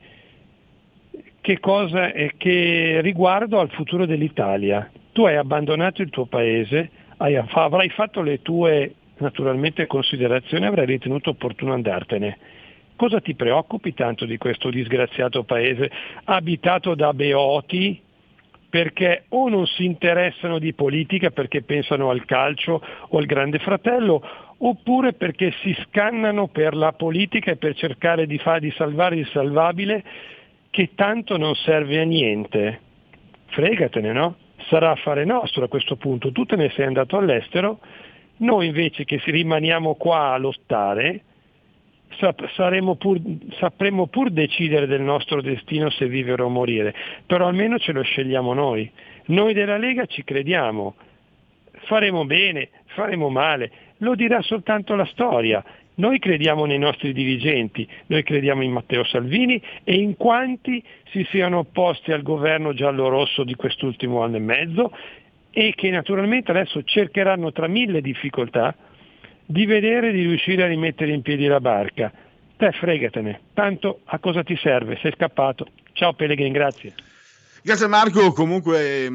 che cosa è che riguardo al futuro dell'Italia. Tu hai abbandonato il tuo paese, hai, avrai fatto le tue naturalmente considerazioni, avrai ritenuto opportuno andartene. Cosa ti preoccupi tanto di questo disgraziato paese abitato da beoti? Perché o non si interessano di politica perché pensano al calcio o al Grande Fratello, oppure perché si scannano per la politica e per cercare di, fare, di salvare il salvabile, che tanto non serve a niente. Fregatene, no? Sarà affare nostro a questo punto. Tu te ne sei andato all'estero, noi invece che si rimaniamo qua a lottare, Saremo pur, sapremo pur decidere del nostro destino se vivere o morire, però almeno ce lo scegliamo noi. Noi della Lega ci crediamo, faremo bene, faremo male, lo dirà soltanto la storia. Noi crediamo nei nostri dirigenti, noi crediamo in Matteo Salvini e in quanti si siano opposti al governo giallo-rosso di quest'ultimo anno e mezzo e che naturalmente adesso cercheranno tra mille difficoltà di vedere di riuscire a rimettere in piedi la barca. Te fregatene, tanto a cosa ti serve? Sei scappato. Ciao Pellegrini, grazie. Grazie Marco, comunque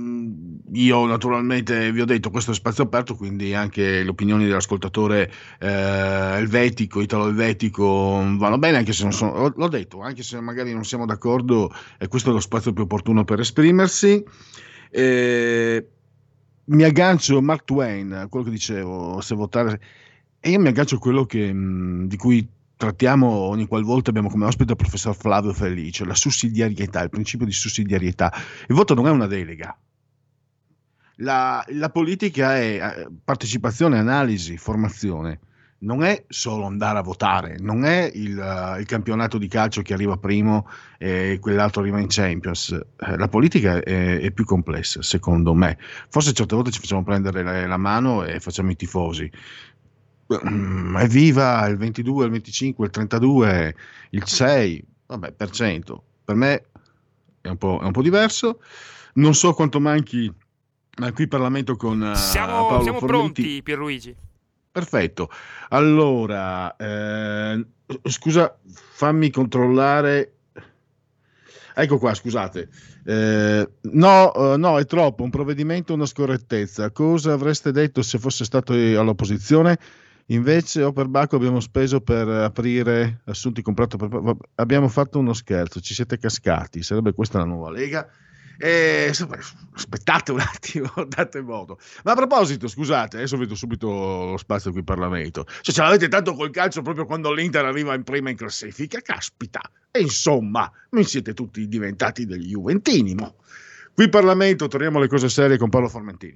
io naturalmente vi ho detto questo è spazio aperto, quindi anche le opinioni dell'ascoltatore eh, elvetico, italo-elvetico vanno bene, anche se non sono, l'ho detto, anche se magari non siamo d'accordo, eh, questo è lo spazio più opportuno per esprimersi. Eh, mi aggancio a Mark Twain, quello che dicevo, se votare, e io mi aggancio a quello che, mh, di cui trattiamo ogni qualvolta abbiamo come ospite il professor Flavio Felice, la sussidiarietà, il principio di sussidiarietà. Il voto non è una delega. La, la politica è partecipazione, analisi, formazione. Non è solo andare a votare, non è il, uh, il campionato di calcio che arriva primo e quell'altro arriva in Champions. Eh, la politica è, è più complessa, secondo me. Forse certe volte ci facciamo prendere la, la mano e facciamo i tifosi. Mm, evviva il ventidue, il venticinque, il trentadue, il sei, vabbè, per cento. Per me è un po', è un po' diverso. Non so quanto manchi a qui Parlamento con uh, siamo, Paolo siamo Formenti. Pronti, Pierluigi. Perfetto, allora eh, scusa, fammi controllare, ecco qua, scusate, eh, no, eh, no, è troppo, un provvedimento, una scorrettezza. Cosa avreste detto se fosse stato all'opposizione? Invece o per Bacco abbiamo speso per aprire assunti comprato per... abbiamo fatto uno scherzo, ci siete cascati, sarebbe questa la nuova Lega? Eh, aspettate un attimo, date modo. Ma a proposito, scusate, adesso vedo subito lo spazio qui in Parlamento. Cioè, ce l'avete tanto col calcio proprio quando l'Inter arriva in prima in classifica, caspita. E insomma, non siete tutti diventati degli juventini, mo. Qui in Parlamento torniamo alle cose serie con Paolo Formentini.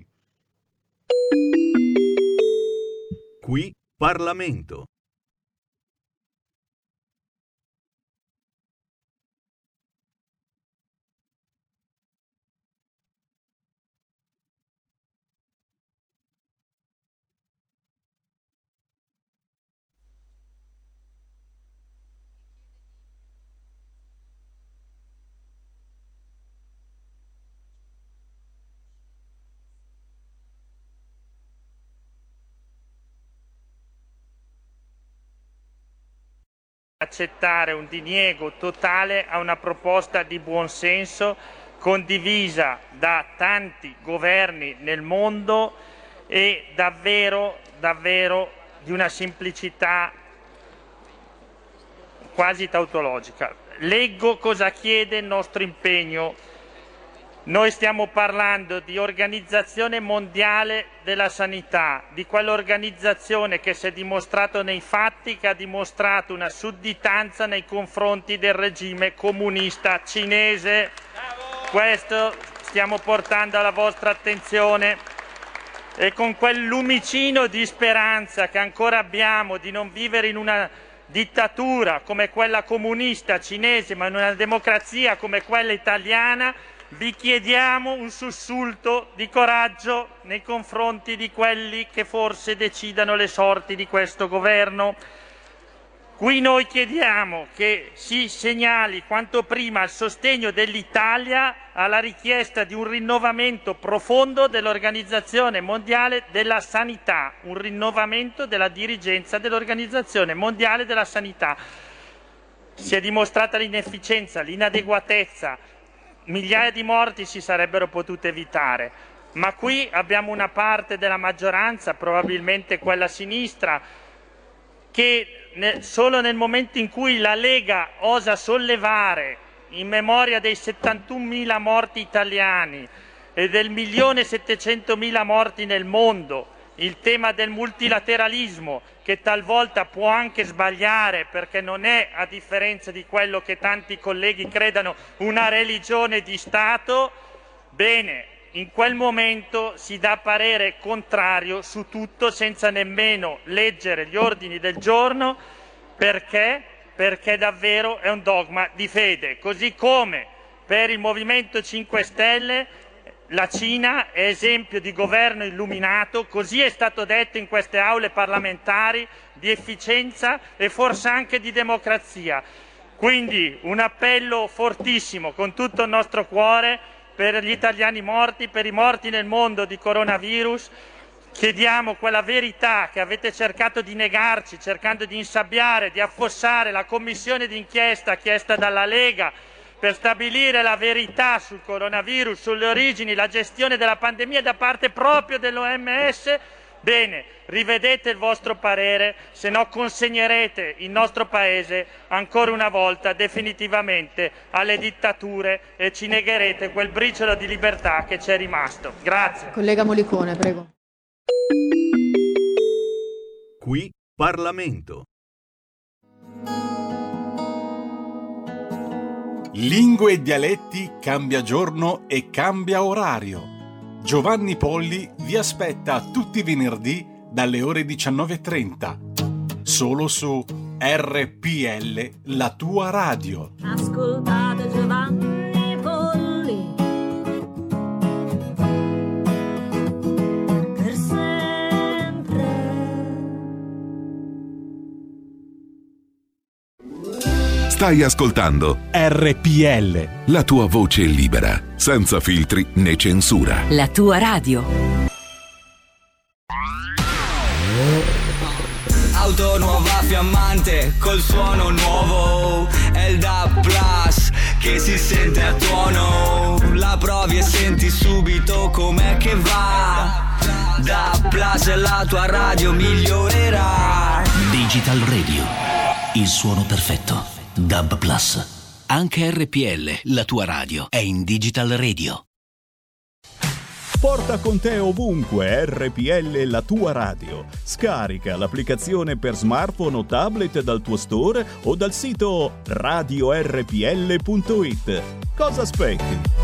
Qui Parlamento. Accettare un diniego totale a una proposta di buonsenso condivisa da tanti governi nel mondo e davvero, davvero di una semplicità quasi tautologica. Leggo cosa chiede il nostro impegno. Noi stiamo parlando di Organizzazione Mondiale della Sanità, di quell'organizzazione che si è dimostrato nei fatti che ha dimostrato una sudditanza nei confronti del regime comunista cinese. Questo stiamo portando alla vostra attenzione e con quel lumicino di speranza che ancora abbiamo di non vivere in una dittatura come quella comunista cinese, ma in una democrazia come quella italiana, vi chiediamo un sussulto di coraggio nei confronti di quelli che forse decidano le sorti di questo governo. Qui noi chiediamo che si segnali quanto prima il sostegno dell'Italia alla richiesta di un rinnovamento profondo dell'Organizzazione Mondiale della Sanità, un rinnovamento della dirigenza dell'Organizzazione Mondiale della Sanità. Si è dimostrata l'inefficienza, l'inadeguatezza, migliaia di morti si sarebbero potute evitare, ma qui abbiamo una parte della maggioranza, probabilmente quella a sinistra, che ne, solo nel momento in cui la Lega osa sollevare in memoria dei settantunomila morti italiani e del milione e settecentomila morti nel mondo il tema del multilateralismo, che talvolta può anche sbagliare perché non è, a differenza di quello che tanti colleghi credano, una religione di Stato, bene, in quel momento si dà parere contrario su tutto senza nemmeno leggere gli ordini del giorno. Perché? Perché davvero è un dogma di fede, così come per il Movimento cinque Stelle la Cina è esempio di governo illuminato, così è stato detto in queste aule parlamentari, di efficienza e forse anche di democrazia. Quindi un appello fortissimo con tutto il nostro cuore per gli italiani morti, per i morti nel mondo di coronavirus. Chiediamo quella verità che avete cercato di negarci, cercando di insabbiare, di affossare la commissione d'inchiesta chiesta dalla Lega per stabilire la verità sul coronavirus, sulle origini, la gestione della pandemia da parte proprio dell'O M S. Bene, rivedete il vostro parere, se no consegnerete il nostro paese ancora una volta definitivamente alle dittature e ci negherete quel briciolo di libertà che ci è rimasto. Grazie. Collega Molicone, prego. Qui Parlamento. Lingue e dialetti cambia giorno e cambia orario. Giovanni Polli vi aspetta tutti i venerdì dalle ore diciannove e trenta, solo su R P L, la tua radio. Ascoltate Giovanni Polli per sempre. Stai ascoltando R P L, la tua voce libera, senza filtri né censura. La tua radio. Auto nuova fiammante col suono nuovo, è il D A B Plus che si sente a tuono. La provi e senti subito com'è che va. D A B Plus, la tua radio migliorerà. Digital Radio, il suono perfetto. D A B Plus. Anche R P L, la tua radio, è in Digital Radio. Porta con te ovunque R P L, la tua radio. Scarica l'applicazione per smartphone o tablet dal tuo store o dal sito radio r p l punto i t. Cosa aspetti?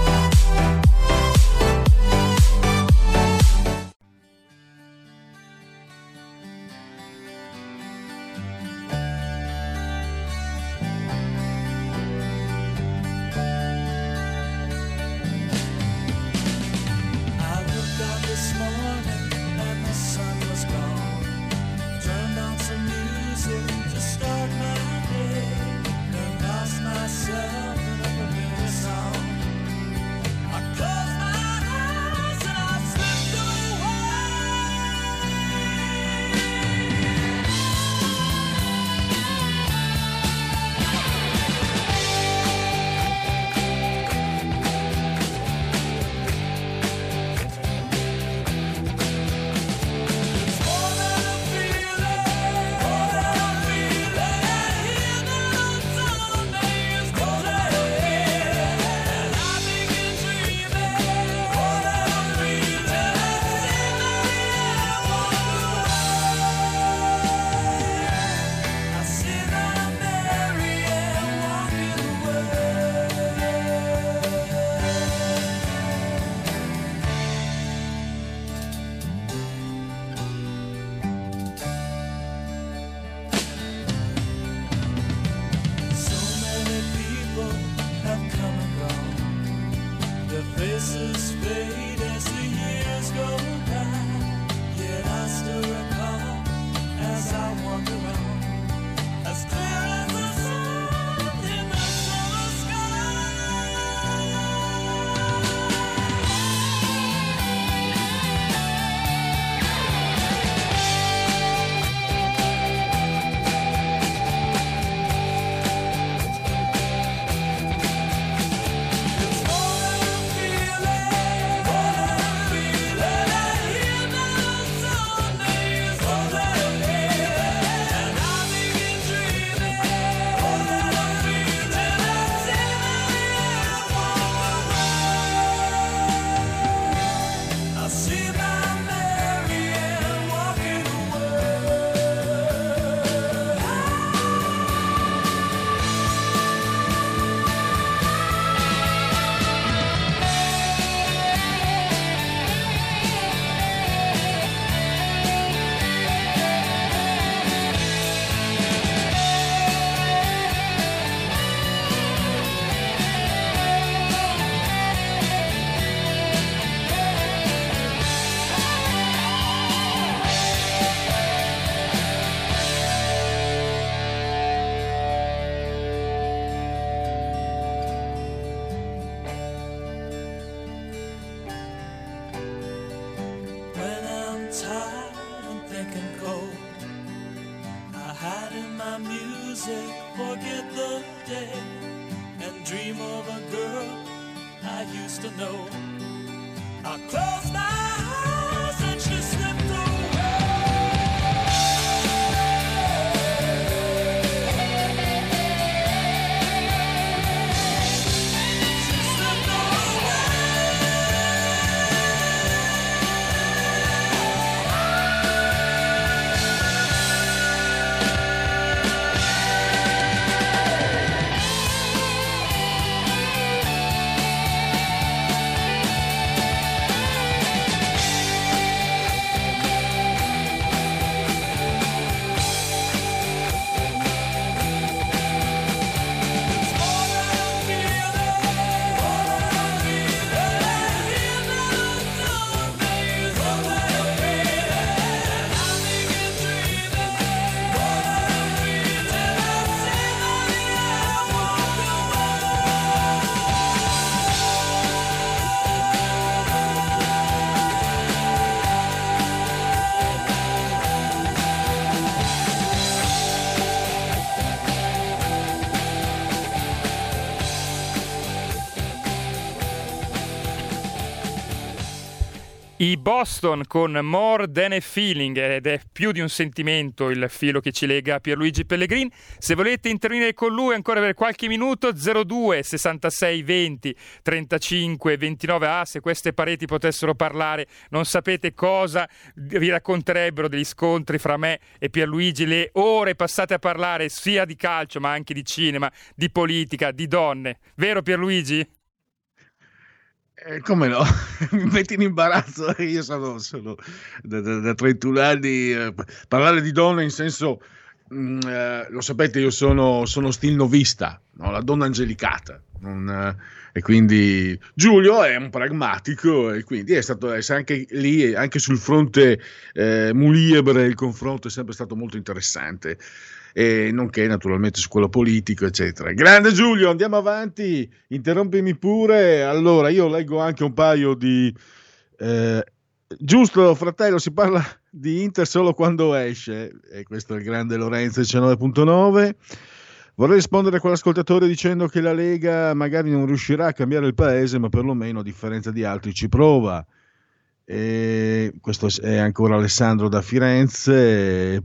I close my eyes and she slipped away. I Boston con More Than a Feeling, ed è più di un sentimento il filo che ci lega a Pierluigi Pellegrin. Se volete intervenire con lui ancora per qualche minuto, zero due sessantasei venti trentacinque ventinove. Ah, se queste pareti potessero parlare, non sapete cosa vi racconterebbero degli scontri fra me e Pierluigi, le ore passate a parlare sia di calcio ma anche di cinema, di politica, di donne. Vero Pierluigi? Eh, come no? Mi metti in imbarazzo. Io sono, sono da, da, da trentuno anni, eh, parlare di donne in senso, mh, eh, lo sapete, io sono, sono stil novista, no? La donna angelicata, non, eh, e quindi Giulio è un pragmatico e quindi è stato è anche lì, anche sul fronte eh, Muliebre, il confronto è sempre stato molto interessante, e nonché naturalmente su quello politico, eccetera. Grande Giulio, andiamo avanti, interrompimi pure. Allora, io leggo anche un paio di eh, giusto fratello, si parla di Inter solo quando esce, e questo è il grande Lorenzo diciannove virgola nove. Vorrei rispondere a quell'ascoltatore dicendo che la Lega magari non riuscirà a cambiare il paese, ma perlomeno a differenza di altri ci prova. E questo è ancora Alessandro da Firenze. E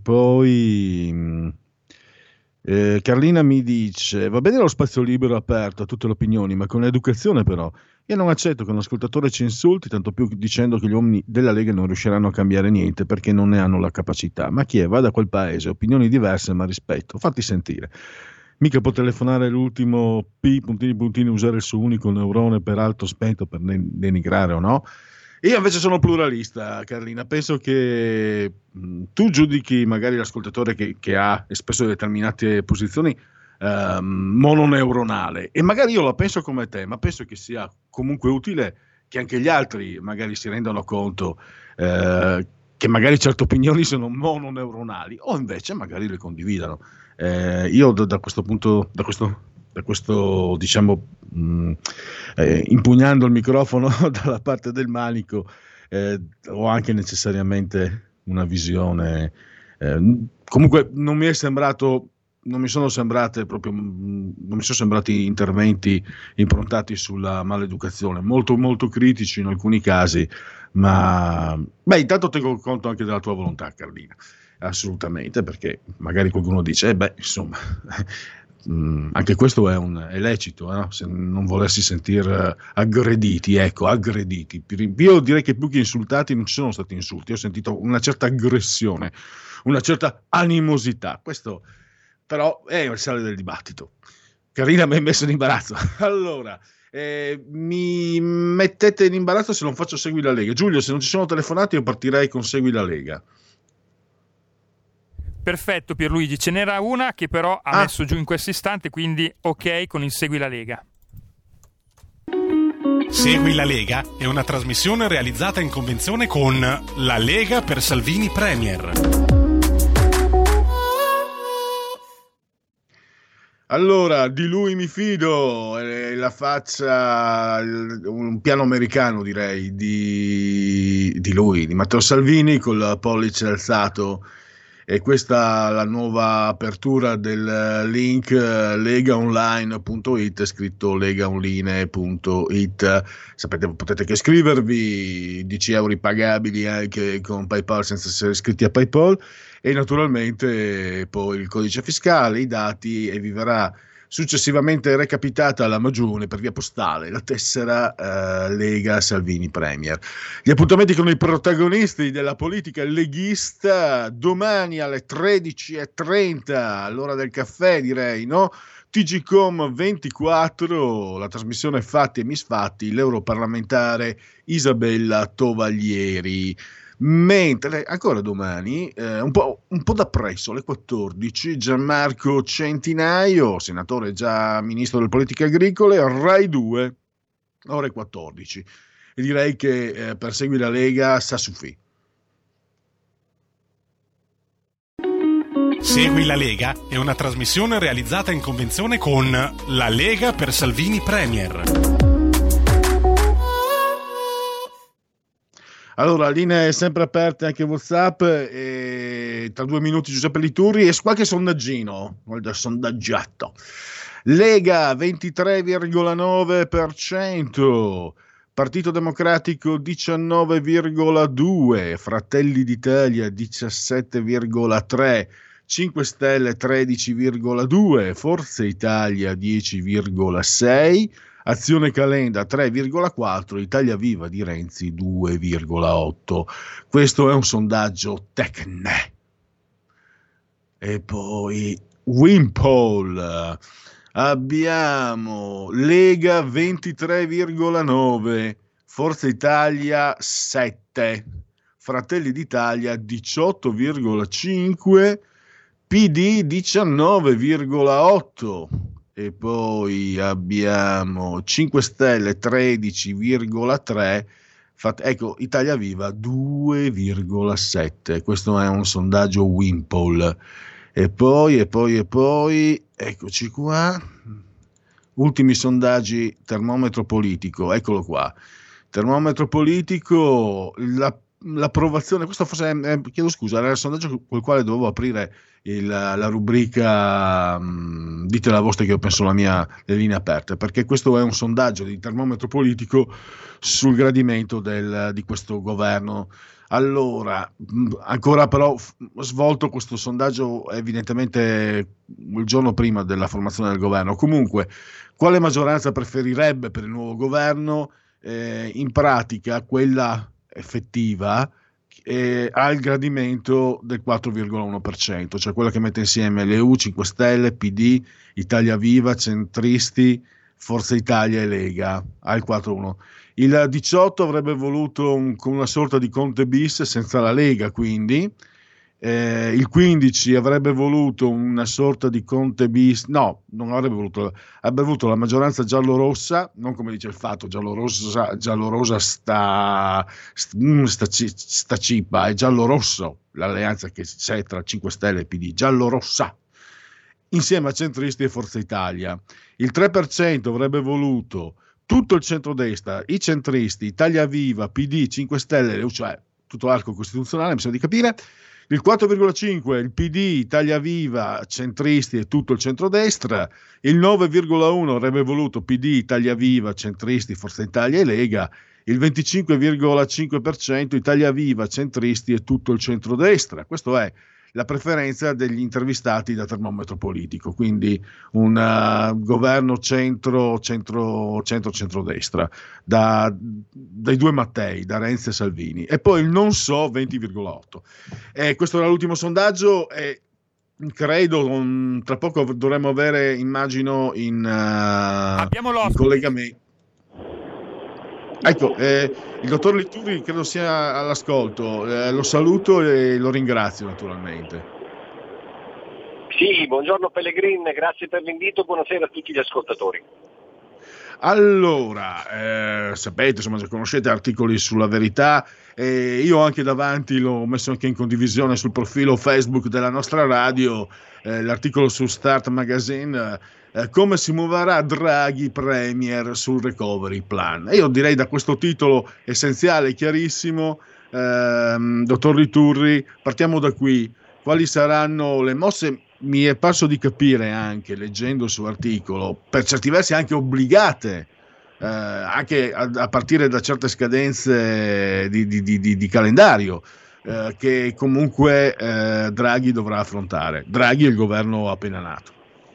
poi Eh, Carlina mi dice: va bene lo spazio libero aperto a tutte le opinioni, ma con l'educazione però. Io non accetto che un ascoltatore ci insulti, tanto più dicendo che gli uomini della Lega non riusciranno a cambiare niente perché non ne hanno la capacità. Ma chi è? Va da quel paese, opinioni diverse ma rispetto, fatti sentire. Mica può telefonare l'ultimo P, puntini puntini, usare il suo unico neurone peraltro spento per denigrare o no? Io invece sono pluralista, Carlina, penso che mh, tu giudichi magari l'ascoltatore che, che ha espresso determinate posizioni eh, mononeuronale, e magari io la penso come te, ma penso che sia comunque utile che anche gli altri magari si rendano conto eh, che magari certe opinioni sono mononeuronali, o invece magari le condividano. Eh, io da, da questo punto, da questo da questo diciamo mh, eh, impugnando il microfono dalla parte del manico, eh, ho anche necessariamente una visione, eh, comunque non mi è sembrato non mi sono sembrate proprio non mi sono sembrati interventi improntati sulla maleducazione, molto molto critici in alcuni casi, ma beh, intanto tengo conto anche della tua volontà, Carlina, assolutamente, perché magari qualcuno dice eh beh insomma Mm, anche questo è, un, è lecito, eh? Se non volessi sentir aggrediti, ecco, aggrediti. Io direi che più che insultati non ci sono stati insulti, ho sentito una certa aggressione, una certa animosità. Questo però è il sale del dibattito. Carina mi ha messo in imbarazzo. Allora, eh, mi mettete in imbarazzo se non faccio Segui la Lega. Giulio, se non ci sono telefonati io partirei con Segui la Lega. Perfetto Pierluigi, ce n'era una che però ha ah. messo giù in questo istante, quindi ok con il Segui la Lega. Segui la Lega è una trasmissione realizzata in convenzione con La Lega per Salvini Premier. Allora, di lui mi fido, eh, la faccia, un piano americano direi, di, di lui, di Matteo Salvini, col pollice alzato. E questa è la nuova apertura del link legaonline punto it, scritto legaonline punto it. Sapete, potete che iscrivervi, dieci euro pagabili anche con PayPal senza essere iscritti a PayPal, e naturalmente poi il codice fiscale, i dati, e vi verrà successivamente recapitata alla Magione per via postale la tessera eh, Lega Salvini Premier. Gli appuntamenti con i protagonisti della politica leghista domani alle tredici e trenta, all'ora del caffè direi, no? T G Com ventiquattro, la trasmissione Fatti e Misfatti, l'europarlamentare Isabella Tovaglieri. Mentre ancora domani, eh, un, po', un po' da presso, alle quattordici, Gianmarco Centinaio, senatore già ministro delle politiche agricole, Rai due, ore quattordici. E direi che eh, per Segui la Lega sa suffì. Segui la Lega è una trasmissione realizzata in convenzione con La Lega per Salvini Premier. Allora, linee sempre aperte anche WhatsApp, e tra due minuti Giuseppe Liturri e qualche sondaggino, qualche sondaggiato. Lega ventitré virgola nove per cento, Partito Democratico diciannove virgola due, Fratelli d'Italia diciassette virgola tre, cinque Stelle tredici virgola due, Forza Italia dieci virgola sei, Azione Calenda tre virgola quattro, Italia Viva di Renzi due virgola otto. Questo è un sondaggio Tecne. E poi Wimpole. Abbiamo Lega ventitré virgola nove, Forza Italia sette, Fratelli d'Italia diciotto virgola cinque, P D diciannove virgola otto e poi abbiamo cinque Stelle tredici virgola tre, ecco, Italia Viva due virgola sette. Questo è un sondaggio Wimpole. E poi, e poi, e poi, eccoci qua, ultimi sondaggi termometro politico, eccolo qua, termometro politico, la, l'approvazione, questo forse, è, è, chiedo scusa, era il sondaggio col quale dovevo aprire il, la rubrica mh, dite la vostra che io penso la mia, le linee aperte, perché questo è un sondaggio di termometro politico sul gradimento del, di questo governo. Allora, ancora però svolto questo sondaggio evidentemente il giorno prima della formazione del governo. Comunque, quale maggioranza preferirebbe per il nuovo governo? Eh, in pratica quella effettiva eh, ha il gradimento del quattro virgola uno per cento, cioè quella che mette insieme le U, cinque Stelle, P D, Italia Viva, Centristi, Forza Italia e Lega, ha il quattro virgola uno. Il diciotto avrebbe voluto un, una sorta di Conte bis senza la Lega, quindi eh, il quindici avrebbe voluto una sorta di Conte bis, no, non avrebbe voluto, avrebbe voluto la maggioranza giallo-rossa, non come dice il fatto, giallo-rossa, giallo-rosa sta, sta, sta, sta cipa, è giallo-rosso l'alleanza che c'è tra cinque Stelle e P D, giallo-rossa, insieme a Centristi e Forza Italia. Il tre per cento avrebbe voluto tutto il centrodestra, i centristi, Italia Viva, P D, cinque Stelle, cioè tutto l'arco costituzionale, mi sembra di capire. Il quattro virgola cinque, il P D, Italia Viva, centristi e tutto il centrodestra. Il nove virgola uno avrebbe voluto P D, Italia Viva, centristi, Forza Italia e Lega. Il venticinque virgola cinque per cento Italia Viva, centristi e tutto il centrodestra. Questo è la preferenza degli intervistati da termometro politico, quindi un uh, governo centro, centro, centro, centrodestra, da, dai due Mattei, da Renzi e Salvini, e poi il non so venti virgola otto. E questo era l'ultimo sondaggio e credo um, tra poco dovremmo avere, immagino, in, uh, in collegamento. Ecco, eh, il dottor Liturri credo sia all'ascolto, eh, lo saluto e lo ringrazio naturalmente. Sì, buongiorno Pellegrin, grazie per l'invito, buonasera a tutti gli ascoltatori. Allora, eh, sapete, insomma, già conoscete articoli sulla Verità, e io anche davanti l'ho messo anche in condivisione sul profilo Facebook della nostra radio, eh, l'articolo su Start Magazine, eh, come si muoverà Draghi Premier sul recovery plan. E io direi da questo titolo essenziale, chiarissimo, ehm, dottor Liturri, partiamo da qui. Quali saranno le mosse? Mi è parso di capire anche, leggendo il suo articolo, per certi versi anche obbligate, eh, anche a, a partire da certe scadenze di, di, di, di calendario, eh, che comunque eh, Draghi dovrà affrontare. Draghi è il governo appena nato.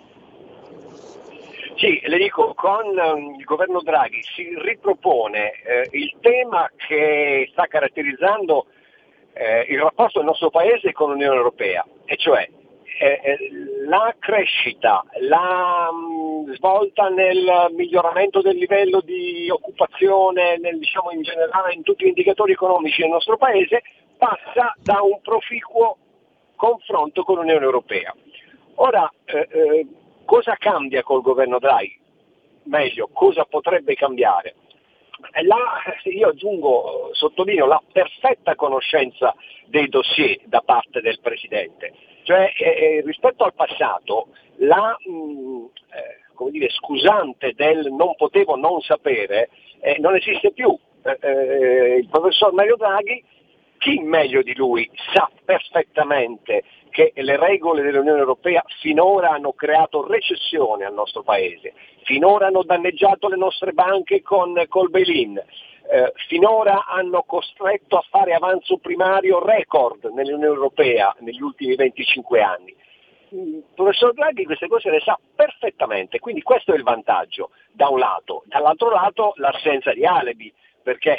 Sì, le dico, con um, il governo Draghi si ripropone eh, il tema che sta caratterizzando eh, il rapporto del nostro Paese con l'Unione Europea, e cioè eh, la crescita, la mh, svolta nel miglioramento del livello di occupazione, nel, diciamo in generale in tutti gli indicatori economici del nostro Paese, passa da un proficuo confronto con l'Unione Europea. Ora, eh, eh, cosa cambia col governo Draghi? Meglio, cosa potrebbe cambiare? La, io aggiungo, sottolineo, la perfetta conoscenza dei dossier da parte del Presidente. Cioè, eh, rispetto al passato, la mh, eh, come dire, scusante del non potevo non sapere eh, non esiste più. Eh, eh, il professor Mario Draghi, chi meglio di lui, sa perfettamente che le regole dell'Unione Europea finora hanno creato recessione al nostro Paese, finora hanno danneggiato le nostre banche con col bail-in, eh, finora hanno costretto a fare avanzo primario record nell'Unione Europea negli ultimi venticinque anni. Il professor Draghi queste cose le sa perfettamente, quindi questo è il vantaggio da un lato, dall'altro lato l'assenza di alibi, perché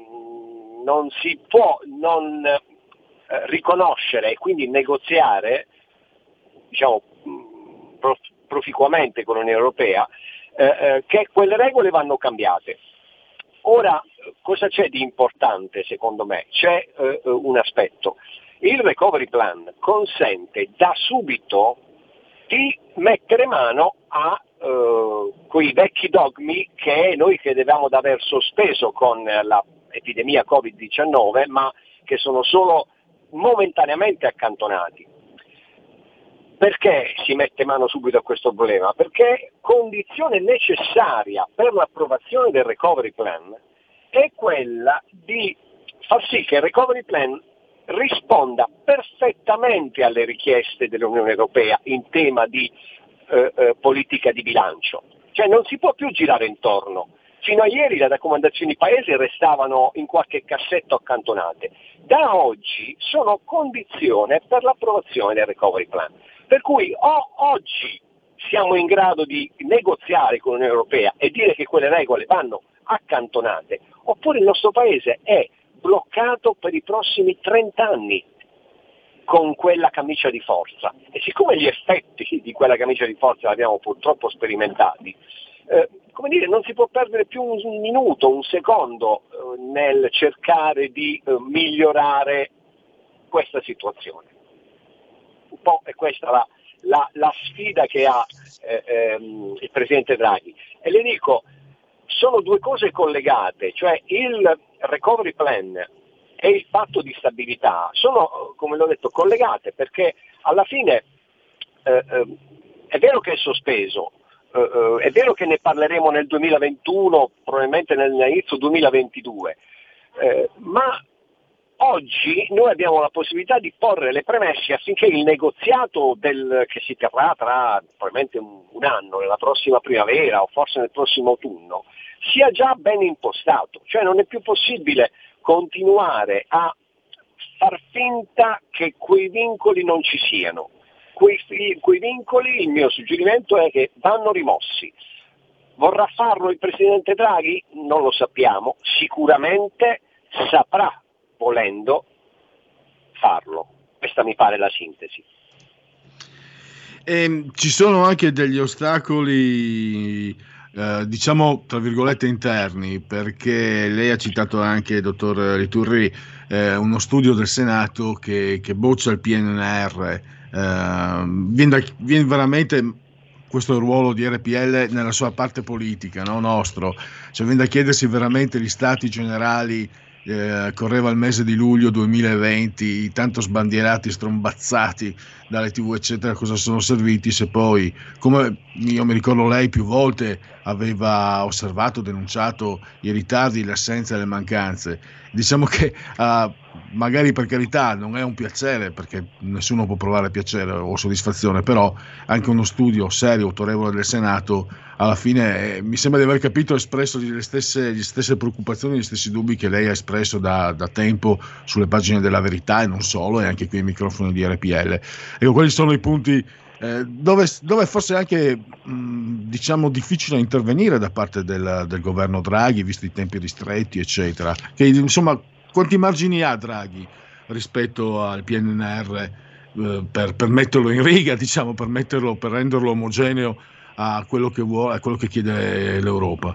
non si può non eh, riconoscere e quindi negoziare, diciamo, prof, proficuamente con l'Unione Europea eh, eh, che quelle regole vanno cambiate. Ora, cosa c'è di importante secondo me? C'è eh, un aspetto. Il recovery plan consente da subito di mettere mano a eh, quei vecchi dogmi che noi credevamo di aver sospeso con l'epidemia covid diciannove, ma che sono solo momentaneamente accantonati. Perché si mette mano subito a questo problema? Perché condizione necessaria per l'approvazione del recovery plan è quella di far sì che il recovery plan risponda perfettamente alle richieste dell'Unione Europea in tema di eh, eh, politica di bilancio. Cioè non si può più girare intorno. Fino a ieri le raccomandazioni paese restavano in qualche cassetto accantonate. Da oggi sono condizione per l'approvazione del recovery plan. Per cui o oggi siamo in grado di negoziare con l'Unione Europea e dire che quelle regole vanno accantonate, oppure il nostro Paese è bloccato per i prossimi trenta anni con quella camicia di forza. E siccome gli effetti di quella camicia di forza li abbiamo purtroppo sperimentati, eh, come dire, non si può perdere più un minuto, un secondo eh, nel cercare di eh, migliorare questa situazione. Un po' è questa la, la, la sfida che ha eh, ehm, il Presidente Draghi. E le dico, sono due cose collegate, cioè il recovery plan e il patto di stabilità sono, come l'ho detto, collegate, perché alla fine eh, eh, è vero che è sospeso, eh, eh, è vero che ne parleremo nel duemilaventuno, probabilmente nell'inizio duemilaventidue, eh, ma oggi noi abbiamo la possibilità di porre le premesse affinché il negoziato del, che si terrà tra probabilmente un, un anno, nella prossima primavera o forse nel prossimo autunno, sia già ben impostato. Cioè non è più possibile continuare a far finta che quei vincoli non ci siano. Quei, quei vincoli, il mio suggerimento è che vanno rimossi. Vorrà farlo il Presidente Draghi? Non lo sappiamo, sicuramente saprà, volendo, farlo. Questa mi pare la sintesi. E ci sono anche degli ostacoli, eh, diciamo tra virgolette interni, perché lei ha citato anche, dottor Liturri, eh, uno studio del Senato che, che boccia il P N R R. Eh, viene, da, viene veramente, questo è il ruolo di R P L nella sua parte politica, no? Nostro, cioè viene da chiedersi veramente gli stati generali. Eh, correva il mese di luglio duemilaventi, tanto sbandierati, strombazzati dalle tv eccetera, cosa sono serviti se poi, come io mi ricordo lei più volte aveva osservato, denunciato i ritardi, le assenze e le mancanze. Diciamo che uh, magari, per carità, non è un piacere, perché nessuno può provare piacere o soddisfazione, però anche uno studio serio, autorevole del Senato alla fine eh, mi sembra di aver capito, ha espresso le stesse, le stesse preoccupazioni, gli stessi dubbi che lei ha espresso da, da tempo sulle pagine della Verità e non solo, e anche qui ai microfoni di R P L. Ecco, quali sono i punti eh, dove, dove forse è anche mh, diciamo difficile intervenire da parte del, del governo Draghi, visto i tempi ristretti eccetera, che insomma quanti margini ha Draghi rispetto al P N R R eh, per, per metterlo in riga, diciamo, per metterlo, per renderlo omogeneo a quello che vuole, a quello che chiede l'Europa?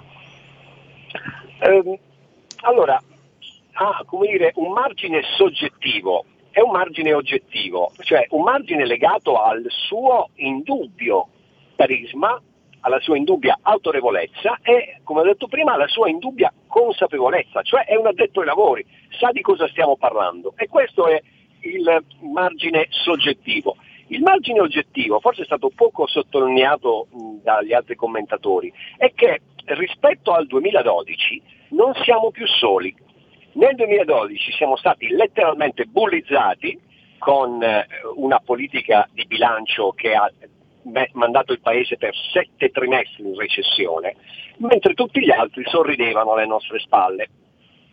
Eh, allora, ha, come dire, un margine soggettivo e un margine oggettivo, cioè un margine legato al suo indubbio carisma, alla sua indubbia autorevolezza e, come ho detto prima, alla sua indubbia consapevolezza, cioè è un addetto ai lavori, sa di cosa stiamo parlando, e questo è il margine soggettivo. Il margine oggettivo, forse è stato poco sottolineato mh, dagli altri commentatori, è che rispetto al duemiladodici non siamo più soli. Nel duemiladodici siamo stati letteralmente bullizzati con eh, una politica di bilancio che ha beh, mandato il paese per sette trimestri in recessione, mentre tutti gli altri sorridevano alle nostre spalle.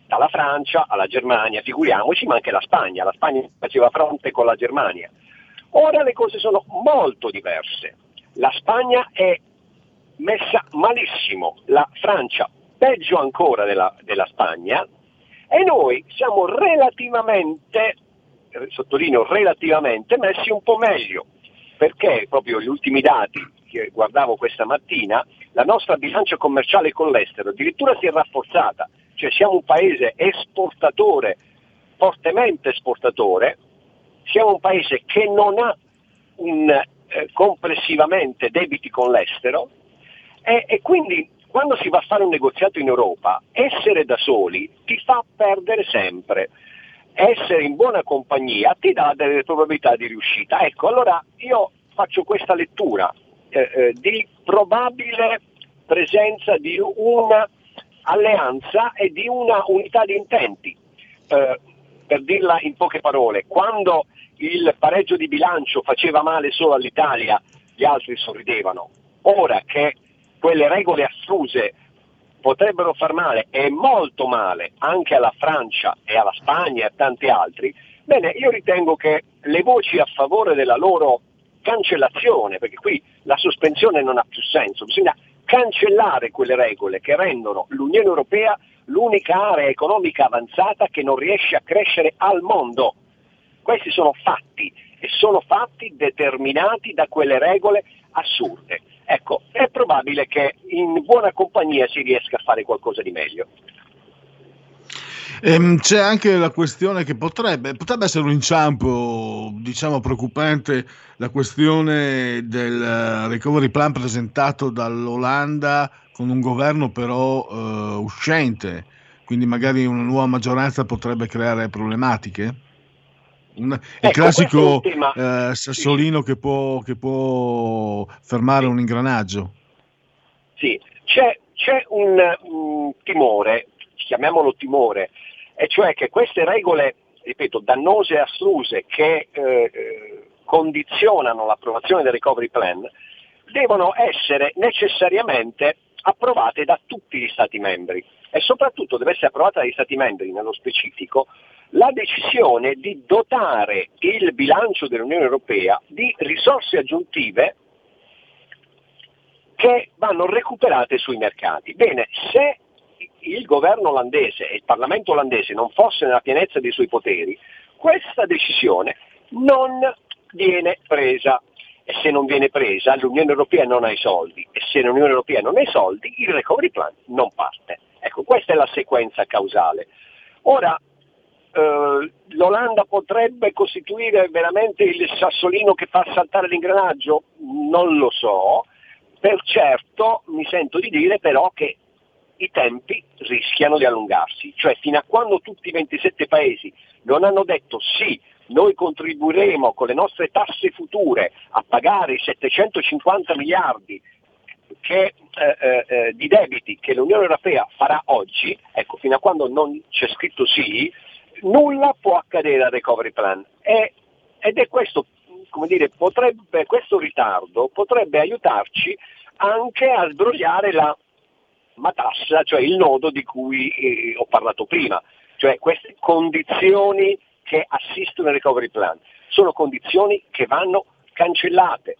dalla Francia alla Germania, figuriamoci, ma anche la Spagna. La Spagna faceva fronte con la Germania. Ora le cose sono molto diverse. La Spagna è messa malissimo, la Francia peggio ancora della, della Spagna, e noi siamo relativamente, sottolineo relativamente, messi un po' meglio, perché proprio gli ultimi dati che guardavo questa mattina, la nostra bilancia commerciale con l'estero addirittura si è rafforzata, cioè siamo un paese esportatore, fortemente esportatore, siamo un paese che non ha un, eh, complessivamente debiti con l'estero, e, e quindi quando si va a fare un negoziato in Europa, essere da soli ti fa perdere sempre. Essere in buona compagnia ti dà delle probabilità di riuscita. Ecco, allora io faccio questa lettura eh, eh, di probabile presenza di una alleanza e di una unità di intenti. Eh, per dirla in poche parole, quando il pareggio di bilancio faceva male solo all'Italia, gli altri sorridevano. Ora che quelle regole astruse potrebbero far male, e molto male, anche alla Francia e alla Spagna e a tanti altri, bene, io ritengo che le voci a favore della loro cancellazione, perché qui la sospensione non ha più senso, bisogna cancellare quelle regole che rendono l'Unione Europea l'unica area economica avanzata che non riesce a crescere al mondo. Questi sono fatti, e sono fatti determinati da quelle regole assurde. Ecco, è probabile che in buona compagnia si riesca a fare qualcosa di meglio. Ehm, c'è anche la questione che potrebbe, potrebbe essere un inciampo, diciamo, preoccupante, la questione del recovery plan presentato dall'Olanda con un governo però eh, uscente, quindi magari una nuova maggioranza potrebbe creare problematiche. Un, il ecco, classico ultima... eh, sassolino che può, che può fermare sì. un ingranaggio. Sì, c'è, c'è un, un timore, chiamiamolo timore, e cioè che queste regole, ripeto, dannose e astruse che eh, condizionano l'approvazione del recovery plan, devono essere necessariamente approvate da tutti gli Stati membri, e soprattutto deve essere approvata dagli Stati membri, nello specifico, la decisione di dotare il bilancio dell'Unione Europea di risorse aggiuntive che vanno recuperate sui mercati. Bene, se il governo olandese e il Parlamento olandese non fosse nella pienezza dei suoi poteri, questa decisione non viene presa, e se non viene presa l'Unione Europea non ha i soldi, e se l'Unione Europea non ha i soldi il recovery plan non parte. Ecco, questa è la sequenza causale. Ora, eh, l'Olanda potrebbe costituire veramente il sassolino che fa saltare l'ingranaggio? Non lo so. Per certo mi sento di dire però che i tempi rischiano di allungarsi, cioè fino a quando tutti i ventisette paesi non hanno detto sì, noi contribuiremo con le nostre tasse future a pagare i settecentocinquanta miliardi che, eh, eh, di debiti che l'Unione Europea farà oggi, ecco, fino a quando non c'è scritto sì, nulla può accadere al recovery plan. E, ed è questo, come dire, potrebbe, questo ritardo potrebbe aiutarci anche a sbrogliare la matassa, cioè il nodo di cui eh, ho parlato prima, cioè queste condizioni che assistono al recovery plan. Sono condizioni che vanno cancellate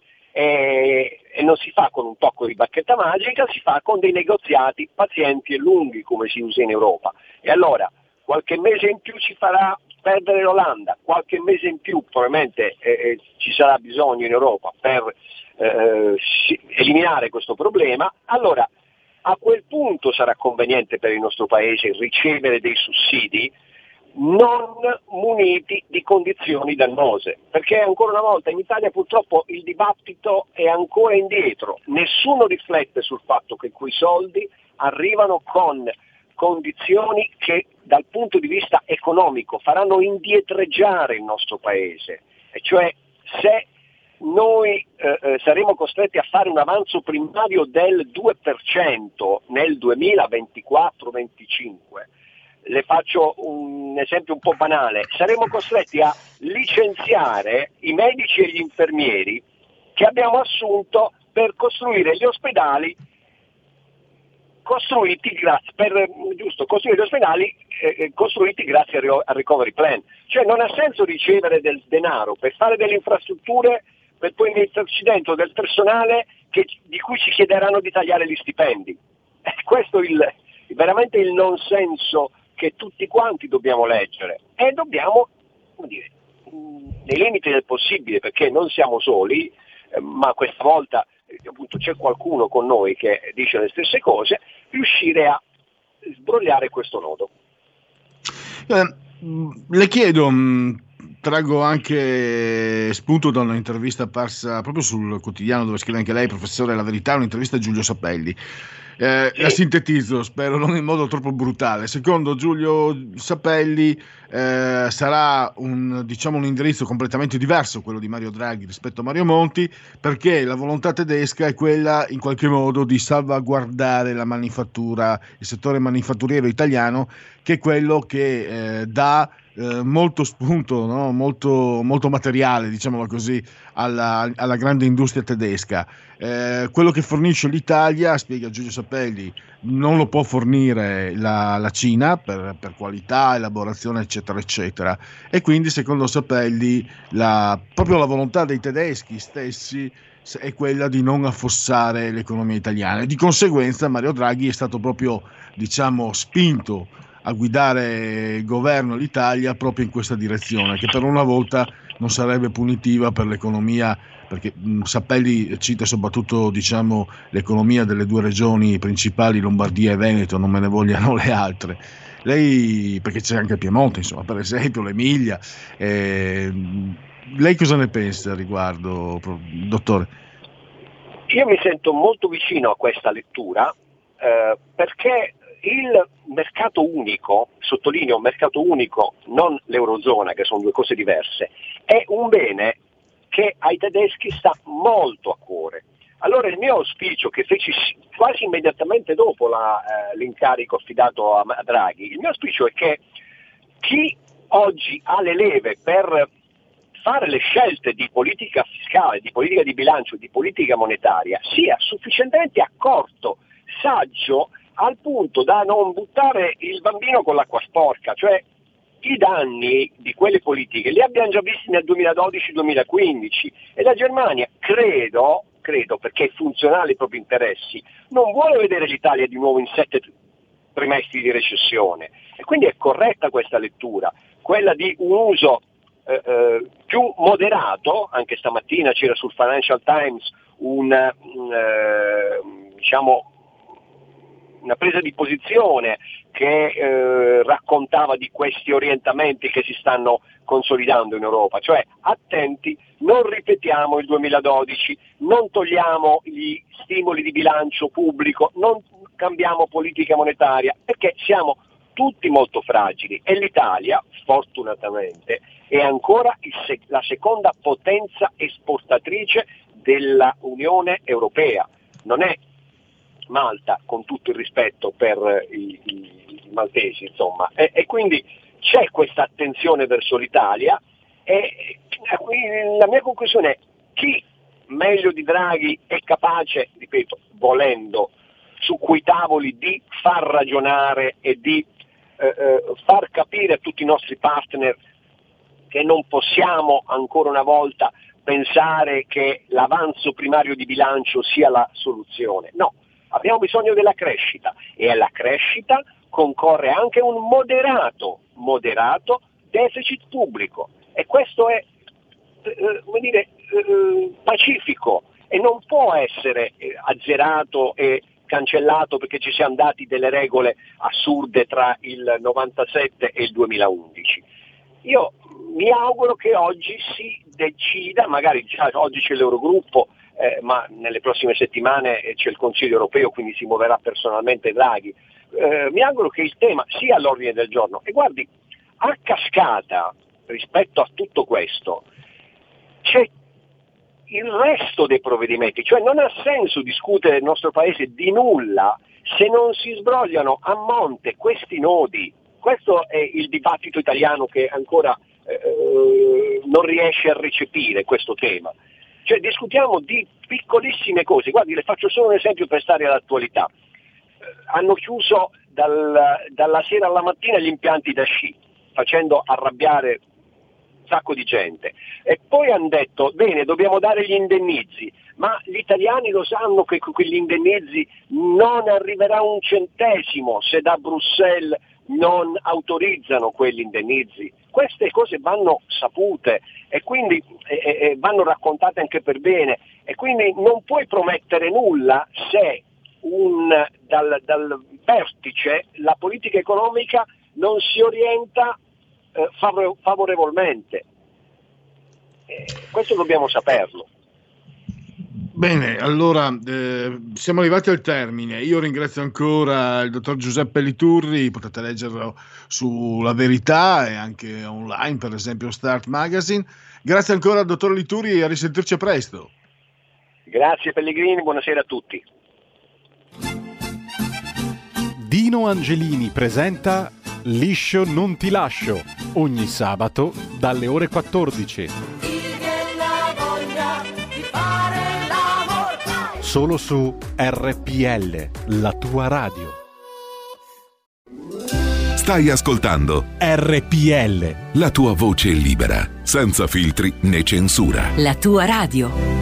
e, e non si fa con un tocco di bacchetta magica, si fa con dei negoziati pazienti e lunghi, come si usa in Europa. E allora qualche mese in più ci farà perdere l'Olanda, qualche mese in più probabilmente eh, eh, ci sarà bisogno in Europa per eh, eliminare questo problema. Allora a quel punto sarà conveniente per il nostro Paese ricevere dei sussidi non muniti di condizioni dannose, perché ancora una volta in Italia purtroppo il dibattito è ancora indietro, nessuno riflette sul fatto che quei soldi arrivano con condizioni che dal punto di vista economico faranno indietreggiare il nostro Paese, e cioè se noi eh, eh, saremo costretti a fare un avanzo primario del due per cento nel duemilaventiquattro venticinque, le faccio un esempio un po' banale, saremo costretti a licenziare i medici e gli infermieri che abbiamo assunto per costruire gli ospedali costruiti grazie per giusto costruire gli ospedali eh, costruiti grazie al recovery plan. Cioè non ha senso ricevere del denaro per fare delle infrastrutture per poi metterci dentro del personale che, di cui ci chiederanno di tagliare gli stipendi. Eh, questo è il, veramente il non senso che tutti quanti dobbiamo leggere e dobbiamo, come dire, nei limiti del possibile, perché non siamo soli, eh, ma questa volta eh, appunto c'è qualcuno con noi che dice le stesse cose, riuscire a sbrogliare questo nodo. Eh, le chiedo, mh, traggo anche spunto da un'intervista apparsa proprio sul quotidiano dove scrive anche lei, professore La Verità, un'intervista a Giulio Sapelli. Eh, la sintetizzo, spero non in modo troppo brutale. Secondo Giulio Sapelli eh, sarà un, diciamo, un indirizzo completamente diverso quello di Mario Draghi rispetto a Mario Monti, perché la volontà tedesca è quella in qualche modo di salvaguardare la manifattura, il settore manifatturiero italiano, che è quello che eh, dà eh, molto spunto, no? molto, molto materiale, diciamolo così, alla, alla grande industria tedesca. Eh, quello che fornisce l'Italia, spiega Giulio Sapelli, non lo può fornire la, la Cina per, per qualità, elaborazione eccetera eccetera, e quindi secondo Sapelli la, proprio la volontà dei tedeschi stessi è quella di non affossare l'economia italiana, e di conseguenza Mario Draghi è stato proprio, diciamo, spinto a guidare il governo l'Italia proprio in questa direzione, che per una volta non sarebbe punitiva per l'economia, perché mh, Sapelli cita soprattutto, diciamo, l'economia delle due regioni principali, Lombardia e Veneto, non me ne vogliano le altre. Lei, perché c'è anche Piemonte, insomma, per esempio l'Emilia, eh, lei cosa ne pensa a riguardo, dottore? Io mi sento molto vicino a questa lettura eh, perché il mercato unico, sottolineo mercato unico, non l'Eurozona, che sono due cose diverse, è un bene che ai tedeschi sta molto a cuore. Allora il mio auspicio, che feci quasi immediatamente dopo la, eh, l'incarico affidato a, a Draghi, il mio auspicio è che chi oggi ha le leve per fare le scelte di politica fiscale, di politica di bilancio, di politica monetaria, sia sufficientemente accorto, saggio, al punto da non buttare il bambino con l'acqua sporca. Cioè i danni di quelle politiche li abbiamo già visti nel duemiladodici duemilaquindici e la Germania, credo, credo perché è funzionale ai propri interessi, non vuole vedere l'Italia di nuovo in sette trimestri di recessione, e quindi è corretta questa lettura, quella di un uso eh, eh, più moderato. Anche stamattina c'era sul Financial Times un, eh, diciamo, una presa di posizione che eh, raccontava di questi orientamenti che si stanno consolidando in Europa, cioè attenti, non ripetiamo il duemiladodici, non togliamo gli stimoli di bilancio pubblico, non cambiamo politica monetaria, perché siamo tutti molto fragili e l'Italia, fortunatamente, è ancora il sec- la seconda potenza esportatrice della Unione Europea, non è Malta, con tutto il rispetto per i, i, i maltesi, insomma, e, e quindi c'è questa attenzione verso l'Italia e la mia conclusione è: chi meglio di Draghi è capace, ripeto, volendo, su quei tavoli di far ragionare e di eh, eh, far capire a tutti i nostri partner che non possiamo ancora una volta pensare che l'avanzo primario di bilancio sia la soluzione. No. Abbiamo bisogno della crescita e alla crescita concorre anche un moderato, moderato deficit pubblico, e questo è eh, come dire, eh, pacifico e non può essere eh, azzerato e cancellato perché ci siano dati delle regole assurde tra il novantasette e il duemilaundici. Io mi auguro che oggi si decida, magari già oggi c'è l'Eurogruppo, Eh, ma nelle prossime settimane c'è il Consiglio europeo, quindi si muoverà personalmente Draghi. Eh, mi auguro che il tema sia all'ordine del giorno. E guardi, a cascata rispetto a tutto questo c'è il resto dei provvedimenti, cioè non ha senso discutere nel nostro paese di nulla se non si sbrogliano a monte questi nodi. Questo è il dibattito italiano che ancora eh, non riesce a recepire questo tema. Cioè discutiamo di piccolissime cose. Guardi, le faccio solo un esempio per stare all'attualità. Eh, hanno chiuso dal, dalla sera alla mattina gli impianti da sci, facendo arrabbiare un sacco di gente. E poi hanno detto, bene, dobbiamo dare gli indennizi, ma gli italiani lo sanno che con quegli indennizi non arriverà un centesimo se da Bruxelles non autorizzano quegli indennizi. Queste cose vanno sapute e quindi eh, eh, vanno raccontate anche per bene, e quindi non puoi promettere nulla se un, dal, dal vertice la politica economica non si orienta eh, favore, favorevolmente. Eh, questo dobbiamo saperlo. Bene, allora eh, siamo arrivati al termine. Io ringrazio ancora il dottor Giuseppe Liturri, potete leggerlo sulla Verità e anche online, per esempio Start Magazine. Grazie ancora al dottor Liturri e a risentirci presto. Grazie Pellegrini, buonasera a tutti. Dino Angelini presenta Liscio non ti lascio, ogni sabato dalle ore quattordici. Solo su R P L, la tua radio. Stai ascoltando R P L, la tua voce libera, senza filtri né censura. La tua radio.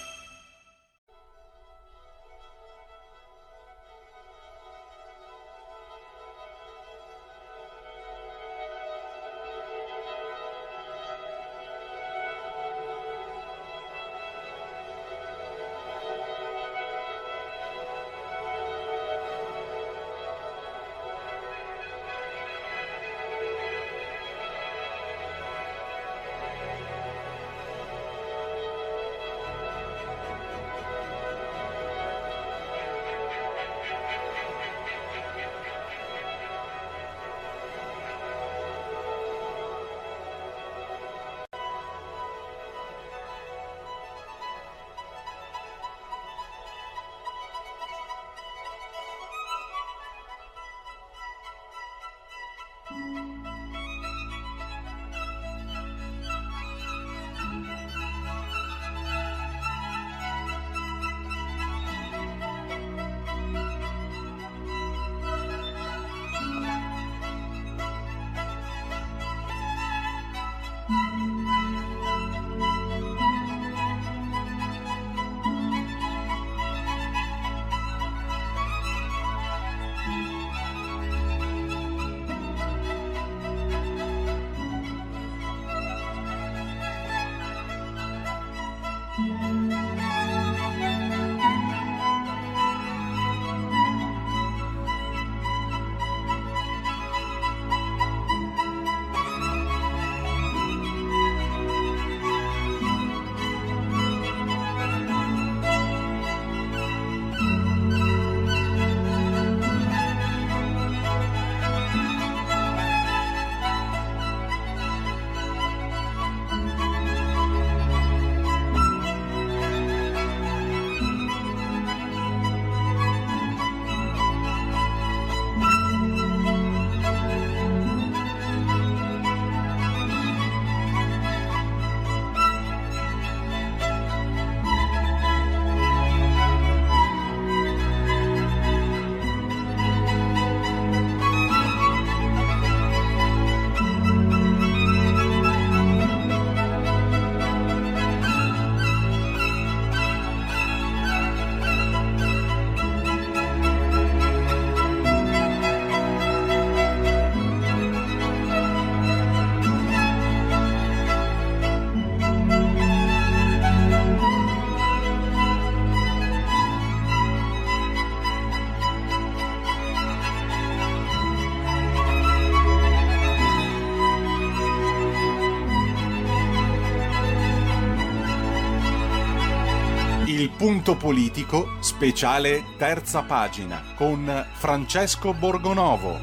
Il punto politico, speciale terza pagina, con Francesco Borgonovo.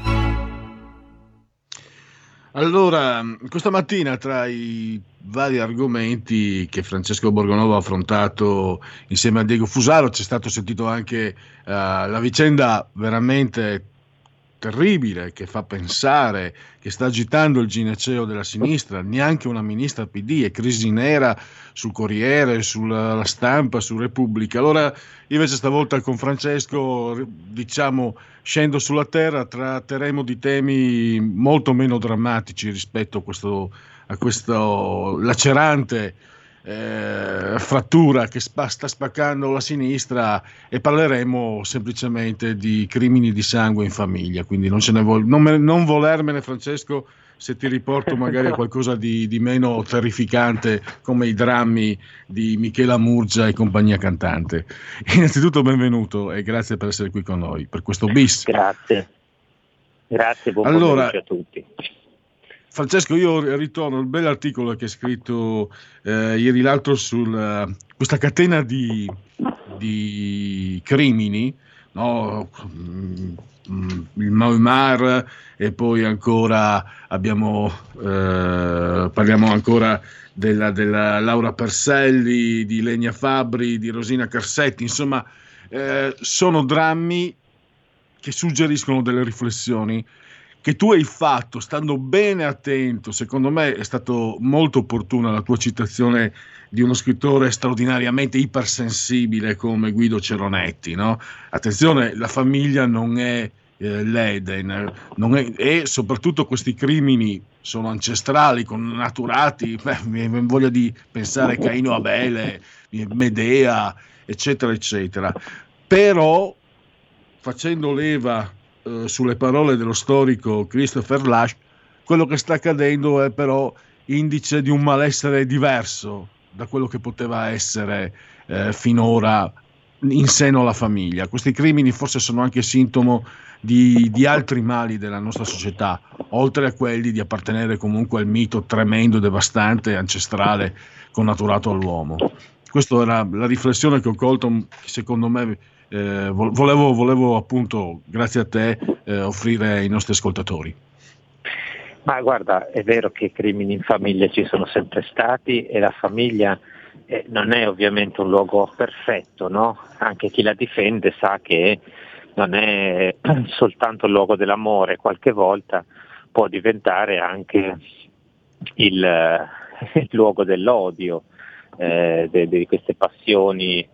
Allora, questa mattina tra i vari argomenti che Francesco Borgonovo ha affrontato insieme a Diego Fusaro c'è stato sentito anche uh, la vicenda veramente terribile, che fa pensare, che sta agitando il gineceo della sinistra. Neanche una ministra P D, è crisi nera sul Corriere, sulla Stampa, su Repubblica. Allora invece stavolta con Francesco, diciamo, scendo sulla terra, tratteremo di temi molto meno drammatici rispetto a questo, a questo lacerante Eh, frattura che spa- sta spaccando la sinistra, e parleremo semplicemente di crimini di sangue in famiglia, quindi non, ce ne vo- non, me- non volermene, Francesco, se ti riporto magari a qualcosa di, di meno terrificante come i drammi di Michela Murgia e compagnia cantante. Innanzitutto benvenuto e grazie per essere qui con noi per questo bis. Grazie, grazie, buon allora, pomeriggio a tutti. Francesco, io ritorno al bell'articolo che hai scritto eh, ieri l'altro su uh, questa catena di, di crimini, no? mm, il Myanmar, e poi ancora abbiamo eh, parliamo ancora della, della Laura Perselli, di Lenia Fabbri, di Rosina Carsetti, insomma eh, sono drammi che suggeriscono delle riflessioni che tu hai fatto, stando bene attento. Secondo me è stato molto opportuna la tua citazione di uno scrittore straordinariamente ipersensibile come Guido Ceronetti, no? Attenzione, la famiglia non è eh, l'Eden, non è, e soprattutto questi crimini sono ancestrali, connaturati. Beh, mi viene voglia di pensare a Caino Abele, Medea, eccetera, eccetera. Però, facendo leva sulle parole dello storico Christopher Lasch, quello che sta accadendo è però indice di un malessere diverso da quello che poteva essere eh, finora in seno alla famiglia. Questi crimini forse sono anche sintomo di, di altri mali della nostra società, oltre a quelli di appartenere comunque al mito tremendo, devastante, ancestrale, connaturato all'uomo. Questa era la riflessione che ho colto, che secondo me Eh, volevo, volevo appunto, grazie a te, eh, offrire ai nostri ascoltatori. Ma guarda, è vero che i crimini in famiglia ci sono sempre stati, e la famiglia eh, non è ovviamente un luogo perfetto, no? Anche chi la difende sa che non è soltanto il luogo dell'amore, qualche volta può diventare anche il, il luogo dell'odio, eh, di queste passioni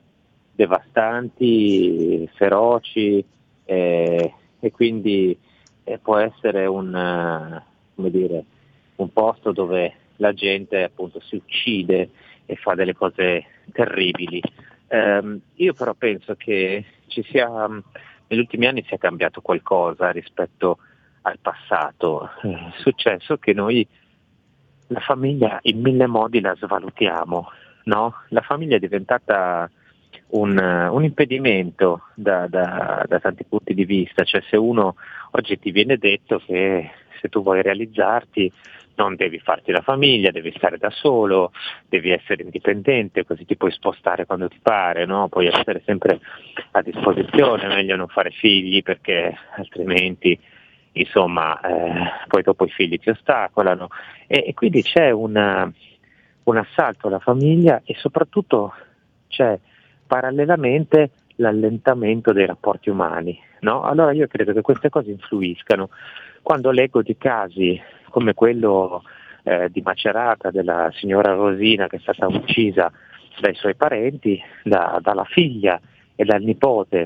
devastanti, feroci, eh, e quindi eh, può essere un, uh, come dire, un posto dove la gente appunto si uccide e fa delle cose terribili. Um, io però penso che ci sia, negli ultimi anni sia cambiato qualcosa rispetto al passato. È successo che noi la famiglia in mille modi la svalutiamo, no? La famiglia è diventata Un, un impedimento da, da, da tanti punti di vista. Cioè, se uno oggi ti viene detto che se tu vuoi realizzarti non devi farti la famiglia, devi stare da solo, devi essere indipendente, così ti puoi spostare quando ti pare, no? Puoi essere sempre a disposizione, è meglio non fare figli perché altrimenti insomma eh, poi dopo i figli ti ostacolano, e, e quindi c'è una, un assalto alla famiglia, e soprattutto c'è parallelamente l'allentamento dei rapporti umani, no? Allora io credo che queste cose influiscano. Quando leggo di casi come quello eh, di Macerata, della signora Rosina che è stata uccisa dai suoi parenti, da, dalla figlia e dal nipote,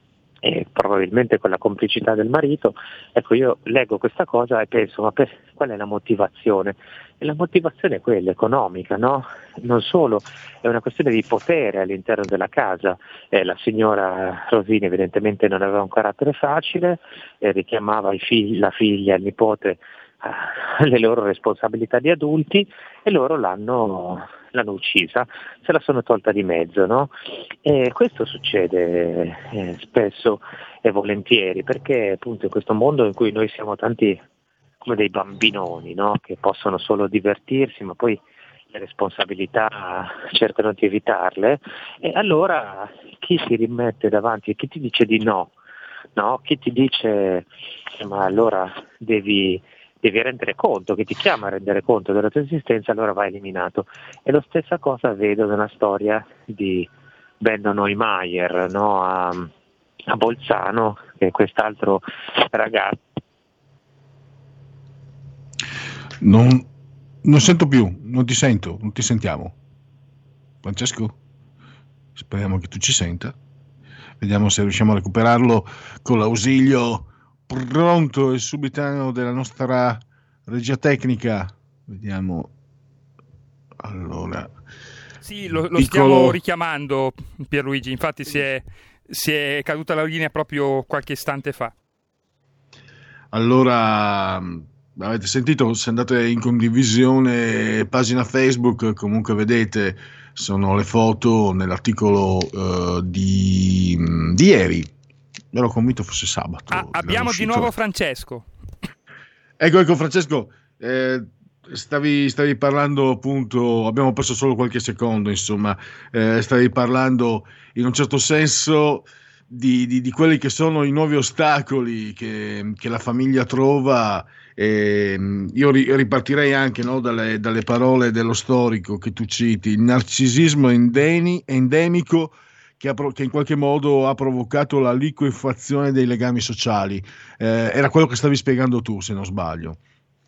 e probabilmente con la complicità del marito, ecco, io leggo questa cosa e penso, ma per, qual è la motivazione? E la motivazione è quella economica, no? Non solo, è una questione di potere all'interno della casa. Eh, la signora Rosini evidentemente non aveva un carattere facile, eh, richiamava i figli, la figlia e il nipote alle loro responsabilità di adulti, e loro l'hanno, l'hanno uccisa, se la sono tolta di mezzo, no? E questo succede eh, spesso e volentieri, perché appunto in questo mondo in cui noi siamo tanti come dei bambinoni, no? Che possono solo divertirsi, ma poi le responsabilità cercano di evitarle, e allora chi si rimette davanti, chi ti dice di no, no? Chi ti dice ma allora devi devi rendere conto, che ti chiama a rendere conto della tua esistenza, allora va eliminato. E lo stessa cosa vedo nella storia di Benno Neumayer, no? a, a Bolzano, che è quest'altro ragazzo Non, non sento più, non ti sento, non ti sentiamo. Francesco? Speriamo che tu ci senta. Vediamo se riusciamo a recuperarlo con l'ausilio pronto e subitaneo della nostra regia tecnica. Vediamo. Allora. Sì, lo, lo Piccolo... stiamo richiamando, Pierluigi. Infatti si è, si è caduta la linea proprio qualche istante fa. Allora, avete sentito, se andate in condivisione pagina Facebook, comunque vedete, sono le foto nell'articolo uh, di, di ieri, ero convinto fosse sabato. Ah, abbiamo di nuovo Francesco. Ecco, ecco Francesco, eh, stavi, stavi parlando appunto, abbiamo perso solo qualche secondo, insomma, eh, stavi parlando in un certo senso Di, di, di quelli che sono i nuovi ostacoli che, che la famiglia trova. E io ri, ripartirei anche, no, dalle, dalle parole dello storico che tu citi, il narcisismo endeni, endemico che, ha, che in qualche modo ha provocato la liquefazione dei legami sociali. Eh, era quello che stavi spiegando tu, se non sbaglio.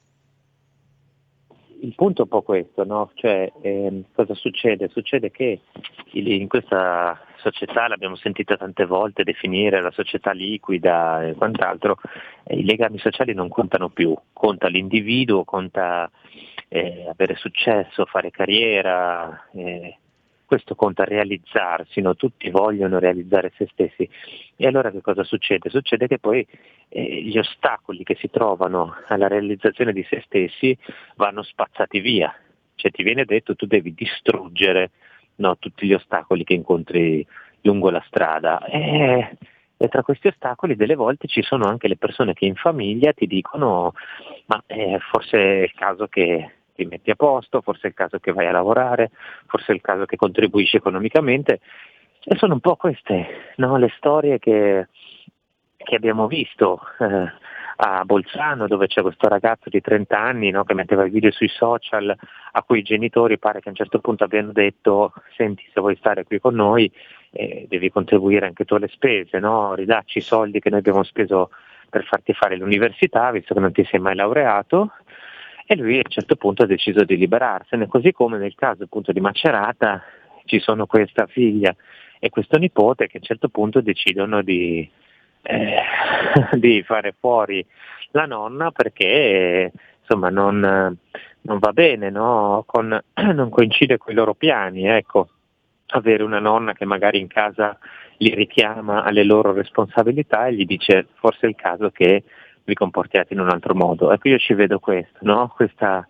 Il punto è un po' questo, no? Cioè, eh, cosa succede? Succede che in questa società, l'abbiamo sentita tante volte definire la società liquida e quant'altro, eh, i legami sociali non contano più, conta l'individuo, conta eh, avere successo, fare carriera, eh, questo conta realizzarsi, no? Tutti vogliono realizzare se stessi. E allora che cosa succede? Succede che poi eh, gli ostacoli che si trovano alla realizzazione di se stessi vanno spazzati via, cioè ti viene detto tu devi distruggere, no, tutti gli ostacoli che incontri lungo la strada e, e tra questi ostacoli delle volte ci sono anche le persone che in famiglia ti dicono ma eh, forse è il caso che ti metti a posto, forse è il caso che vai a lavorare, forse è il caso che contribuisci economicamente. E sono un po' queste, no, le storie che, che abbiamo visto eh, a Bolzano, dove c'è questo ragazzo di trenta anni, no, che metteva i video sui social, a cui i genitori pare che a un certo punto abbiano detto senti, se vuoi stare qui con noi eh, devi contribuire anche tu alle spese, no? Ridacci i soldi che noi abbiamo speso per farti fare l'università, visto che non ti sei mai laureato. E lui a un certo punto ha deciso di liberarsene, così come nel caso appunto di Macerata ci sono questa figlia e questo nipote che a un certo punto decidono di, eh, di fare fuori la nonna perché insomma non, non va bene, no? Con, non coincide con i loro piani, ecco, avere una nonna che magari in casa li richiama alle loro responsabilità e gli dice forse è il caso che vi comportiate in un altro modo. Ecco, io ci vedo questo, no? Questo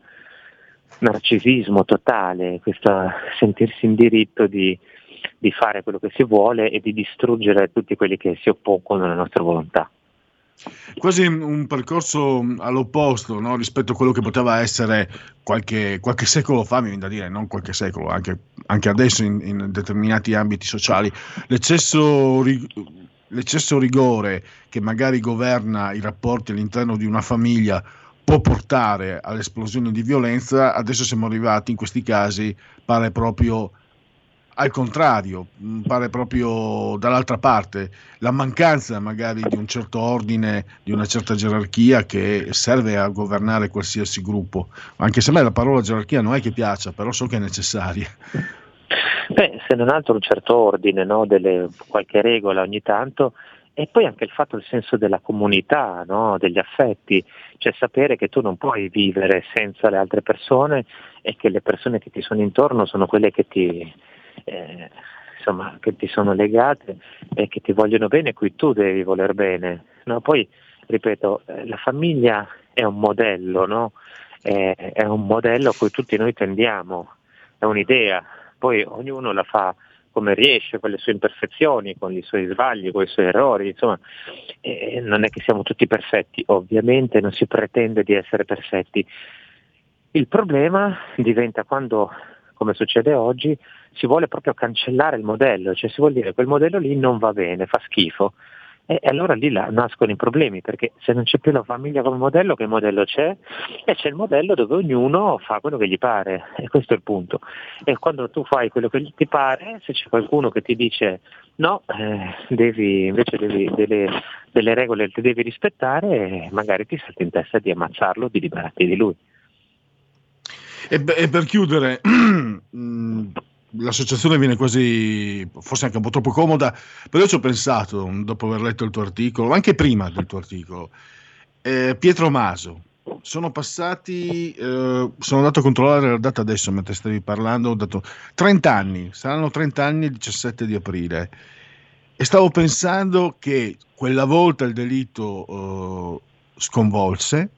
narcisismo totale, questo sentirsi in diritto di, di fare quello che si vuole e di distruggere tutti quelli che si oppongono alla nostra volontà. Quasi un percorso all'opposto, no? Rispetto a quello che poteva essere qualche, qualche secolo fa, mi viene da dire, non qualche secolo, anche, anche adesso in, in determinati ambiti sociali. L'eccesso ri- l'eccesso rigore che magari governa i rapporti all'interno di una famiglia può portare all'esplosione di violenza. Adesso siamo arrivati in questi casi, pare proprio al contrario, pare proprio dall'altra parte, la mancanza magari di un certo ordine, di una certa gerarchia che serve a governare qualsiasi gruppo, anche se a me la parola gerarchia non è che piaccia, però so che è necessaria. Beh, se non altro un certo ordine, no? Delle, qualche regola ogni tanto, e poi anche il fatto del senso della comunità, no? Degli affetti, cioè sapere che tu non puoi vivere senza le altre persone e che le persone che ti sono intorno sono quelle che ti, eh, insomma, che ti sono legate e che ti vogliono bene e cui tu devi voler bene, no? Poi, ripeto, la famiglia è un modello, no? È, è un modello a cui tutti noi tendiamo, è un'idea. Poi ognuno la fa come riesce, con le sue imperfezioni, con i suoi sbagli, con i suoi errori, insomma, eh, non è che siamo tutti perfetti, ovviamente non si pretende di essere perfetti. Il problema diventa quando, come succede oggi, si vuole proprio cancellare il modello, cioè si vuol dire che quel modello lì non va bene, fa schifo. E allora lì là nascono i problemi, perché se non c'è più la famiglia come modello, che modello c'è? E c'è il modello dove ognuno fa quello che gli pare, e questo è il punto. E quando tu fai quello che ti pare, se c'è qualcuno che ti dice no, eh, devi, invece devi, delle, delle regole le devi rispettare, magari ti salti in testa di ammazzarlo, di liberarti di lui. E, e per chiudere, l'associazione viene quasi, forse anche un po' troppo comoda, però io ci ho pensato, dopo aver letto il tuo articolo, anche prima del tuo articolo, eh, Pietro Maso, sono passati, eh, sono andato a controllare la data adesso mentre stavi parlando, ho dato trenta anni, saranno trenta anni il diciassette di aprile, e stavo pensando che quella volta il delitto eh, sconvolse,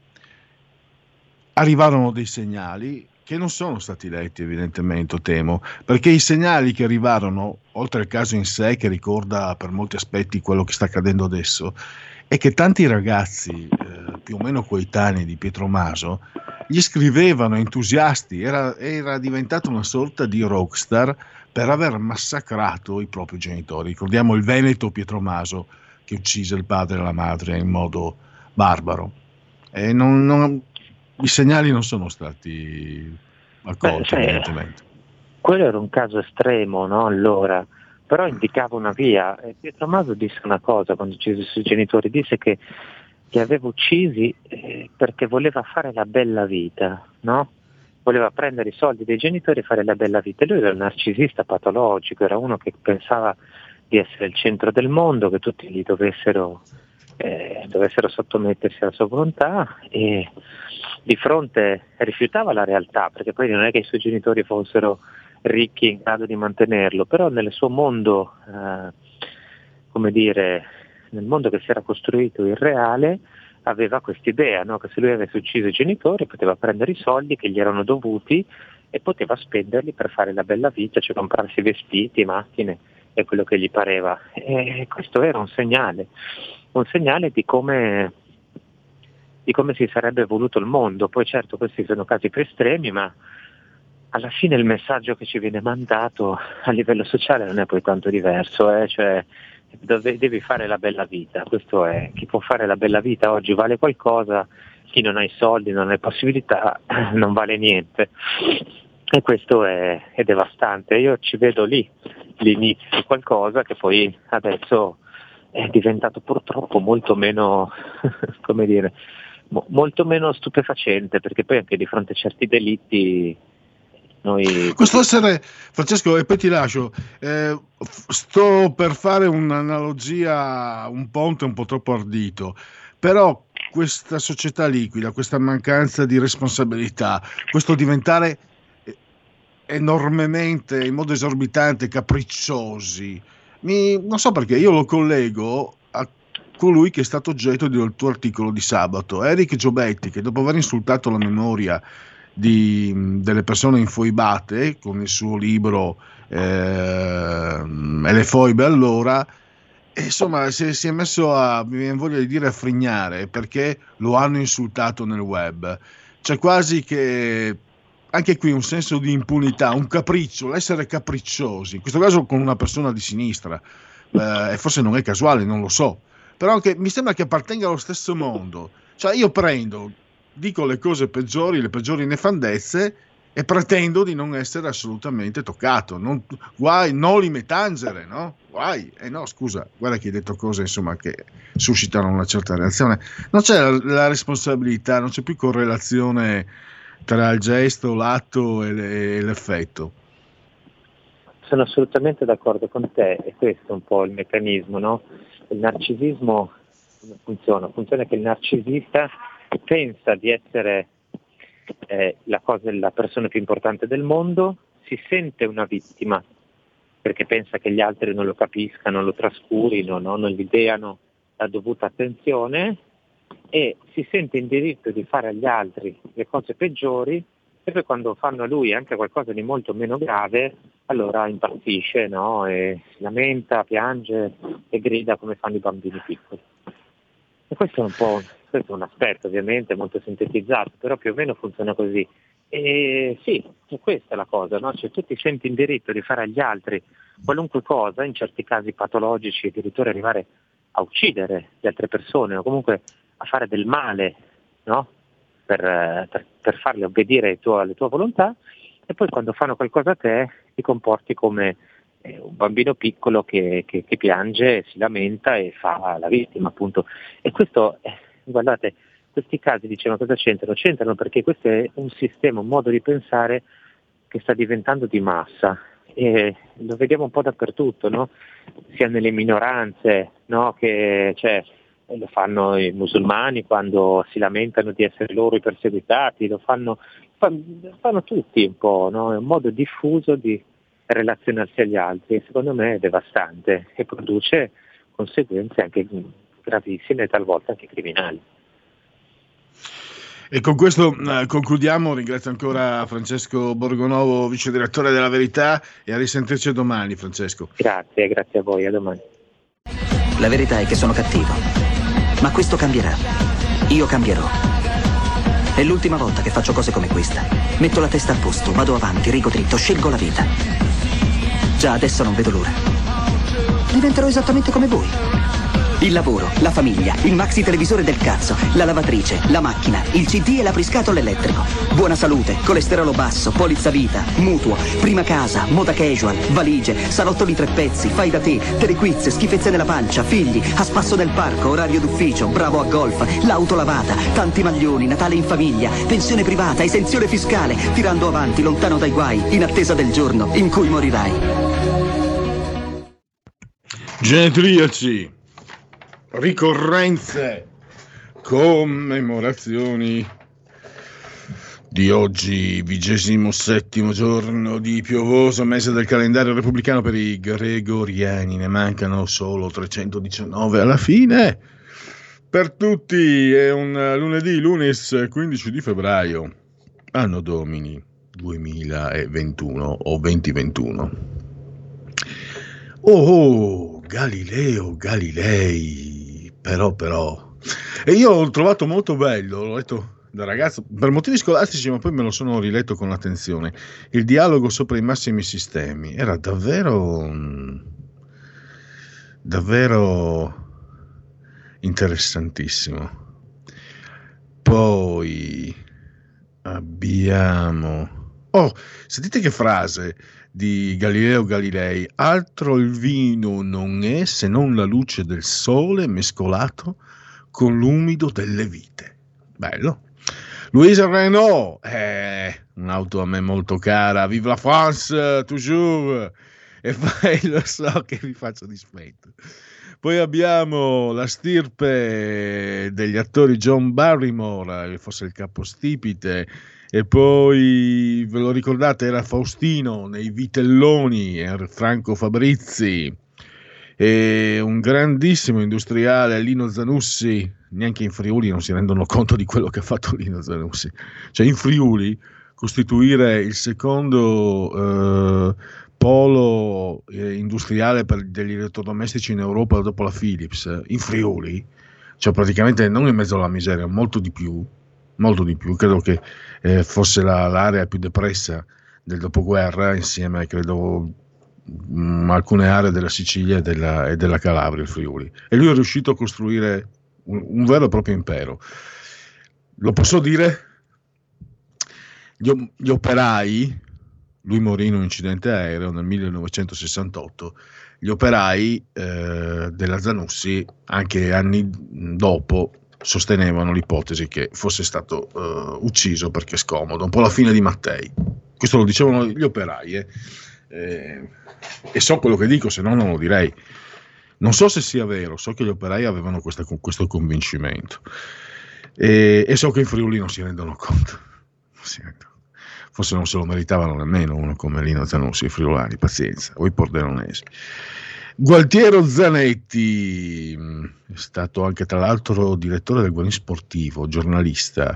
arrivarono dei segnali che non sono stati letti evidentemente, temo, perché i segnali che arrivarono, oltre al caso in sé che ricorda per molti aspetti quello che sta accadendo adesso, è che tanti ragazzi eh, più o meno coetanei di Pietro Maso gli scrivevano entusiasti, era, era diventato una sorta di rockstar per aver massacrato i propri genitori. Ricordiamo il veneto Pietro Maso che uccise il padre e la madre in modo barbaro. E non, non, i segnali non sono stati accolti. Beh, evidentemente. Quello era un caso estremo, no? Allora, però indicava una via. E Pietro Maso disse una cosa quando uccise i suoi genitori, disse che li aveva uccisi eh, perché voleva fare la bella vita, no? Voleva prendere i soldi dei genitori e fare la bella vita. E lui era un narcisista patologico, era uno che pensava di essere il centro del mondo, che tutti gli dovessero, eh, dovessero sottomettersi alla sua volontà, e di fronte rifiutava la realtà, perché poi non è che i suoi genitori fossero ricchi in grado di mantenerlo, però nel suo mondo, eh, come dire, nel mondo che si era costruito irreale, aveva quest'idea, no? Che se lui avesse ucciso i genitori poteva prendere i soldi che gli erano dovuti e poteva spenderli per fare la bella vita, cioè comprarsi vestiti, macchine e quello che gli pareva. E questo era un segnale, un segnale di come, di come si sarebbe evoluto il mondo. Poi certo questi sono casi più estremi, ma alla fine il messaggio che ci viene mandato a livello sociale non è poi tanto diverso, eh? Cioè dove devi fare la bella vita, questo è, chi può fare la bella vita oggi vale qualcosa, chi non ha i soldi, non ha le possibilità, non vale niente, e questo è, è devastante. Io ci vedo lì l'inizio di qualcosa che poi adesso è diventato purtroppo molto meno, come dire, mo, molto meno stupefacente, perché poi anche di fronte a certi delitti noi... Questo essere, Francesco, e poi ti lascio, eh, sto per fare un'analogia, un ponte un po' troppo ardito, però questa società liquida, questa mancanza di responsabilità, questo diventare enormemente, in modo esorbitante, capricciosi, mi, non so perché, io lo collego a colui che è stato oggetto del tuo articolo di sabato, Eric Giobetti, che dopo aver insultato la memoria Di, delle persone infoibate con il suo libro eh, E le foibe allora, e insomma si, si è messo a, mi viene voglia di dire, a frignare perché lo hanno insultato nel web. C'è quasi che anche qui un senso di impunità, un capriccio, l'essere capricciosi, in questo caso con una persona di sinistra, eh, e forse non è casuale, non lo so, però anche, mi sembra che appartenga allo stesso mondo. Cioè io prendo, dico le cose peggiori, le peggiori nefandezze, e pretendo di non essere assolutamente toccato. Non, guai, noli me tangere, no? Guai, eh no, scusa, guarda che hai detto cose insomma che suscitano una certa reazione. Non c'è la, la responsabilità, non c'è più correlazione tra il gesto, l'atto e, le, e l'effetto. Sono assolutamente d'accordo con te, e questo è un po' il meccanismo, no? Il narcisismo come funziona? Funziona che il narcisista pensa di essere eh, la cosa, la persona più importante del mondo, si sente una vittima perché pensa che gli altri non lo capiscano, lo trascurino, no? Non gli diano la dovuta attenzione, e si sente in diritto di fare agli altri le cose peggiori, e poi quando fanno a lui anche qualcosa di molto meno grave, allora impazzisce, no? E si lamenta, piange e grida come fanno i bambini piccoli. E questo è un po', questo è un aspetto ovviamente molto sintetizzato, però più o meno funziona così. E sì, questa è la cosa, no? Cioè tu ti senti in diritto di fare agli altri qualunque cosa, in certi casi patologici, addirittura arrivare a uccidere le altre persone o comunque a fare del male, no? Per, per, per farle obbedire ai tuo, alle tue volontà, e poi quando fanno qualcosa a te ti comporti come eh, un bambino piccolo che, che, che piange, si lamenta e fa la vittima, appunto. E questo, eh, guardate, questi casi, dicevano, cosa c'entrano? C'entrano perché questo è un sistema, un modo di pensare che sta diventando di massa, e lo vediamo un po' dappertutto, no? Sia nelle minoranze, no? Che cioè, lo fanno i musulmani quando si lamentano di essere loro i perseguitati, lo fanno, fanno, fanno tutti un po', no? È un modo diffuso di relazionarsi agli altri e secondo me è devastante e produce conseguenze anche gravissime e talvolta anche criminali. E con questo eh, concludiamo. Ringrazio ancora Francesco Borgonovo, vice direttore della Verità, e a risentirci domani, Francesco. Grazie, grazie a voi, a domani. La verità è che sono cattivo, ma questo cambierà. Io cambierò. È l'ultima volta che faccio cose come questa. Metto la testa a posto, vado avanti, rigo dritto, scelgo la vita. Già adesso non vedo l'ora. Diventerò esattamente come voi. Il lavoro, la famiglia, il maxi televisore del cazzo, la lavatrice, la macchina, il C D e l'apriscatole elettrico. Buona salute, colesterolo basso, polizza vita, mutuo, prima casa, moda casual, valigie, salottoli tre pezzi, fai da te, telequiz, schifezze nella pancia, figli, a spasso nel parco, orario d'ufficio, bravo a golf, l'auto lavata, tanti maglioni, Natale in famiglia, pensione privata, esenzione fiscale, tirando avanti, lontano dai guai, in attesa del giorno in cui morirai. Genetriaci, ricorrenze, commemorazioni di oggi, vigesimo settimo giorno di piovoso mese del calendario repubblicano per i gregoriani. Ne mancano solo trecentodiciannove alla fine. Per tutti è un lunedì, lunes quindici di febbraio, anno domini duemilaventuno o duemilaventuno. Oh, oh, Galileo Galilei, però però. E io l'ho trovato molto bello, l'ho letto da ragazzo per motivi scolastici, ma poi me lo sono riletto con attenzione. Il dialogo sopra i massimi sistemi era davvero davvero interessantissimo. Poi abbiamo, oh, sentite che frase di Galileo Galilei: altro il vino non è se non la luce del sole mescolato con l'umido delle vite. Bello. Louise Renault, eh, un'auto a me molto cara. Vive la France, toujours. E poi lo so che vi faccio dispetto. Poi abbiamo la stirpe degli attori John Barrymore, che fosse il capostipite. E poi, ve lo ricordate, era Faustino nei Vitelloni, era Franco Fabrizi. E un grandissimo industriale, Lino Zanussi. Neanche in Friuli non si rendono conto di quello che ha fatto Lino Zanussi. Cioè, in Friuli costituire il secondo eh, polo eh, industriale per degli elettrodomestici in Europa dopo la Philips, in Friuli, cioè praticamente non in mezzo alla miseria, molto di più, molto di più. Credo che eh, fosse la, l'area più depressa del dopoguerra, insieme, credo, mh, alcune aree della Sicilia e della, e della Calabria, il Friuli. E lui è riuscito a costruire un, un vero e proprio impero. Lo posso dire? Gli, gli operai, lui morì in un incidente aereo nel millenovecentosessantotto, gli operai eh, della Zanussi, anche anni dopo, sostenevano l'ipotesi che fosse stato uh, ucciso perché scomodo, un po' la fine di Mattei. Questo lo dicevano gli operai, eh. Eh, e so quello che dico, se no non lo direi. Non so se sia vero, so che gli operai avevano questa, questo convincimento, e, e so che in Friuli non si rendono conto. Non si rendono. Forse non se lo meritavano nemmeno uno come Lino Zanussi, i friulani, pazienza, o i pordenonesi. Gualtiero Zanetti è stato anche tra l'altro direttore del Guarin Sportivo, giornalista.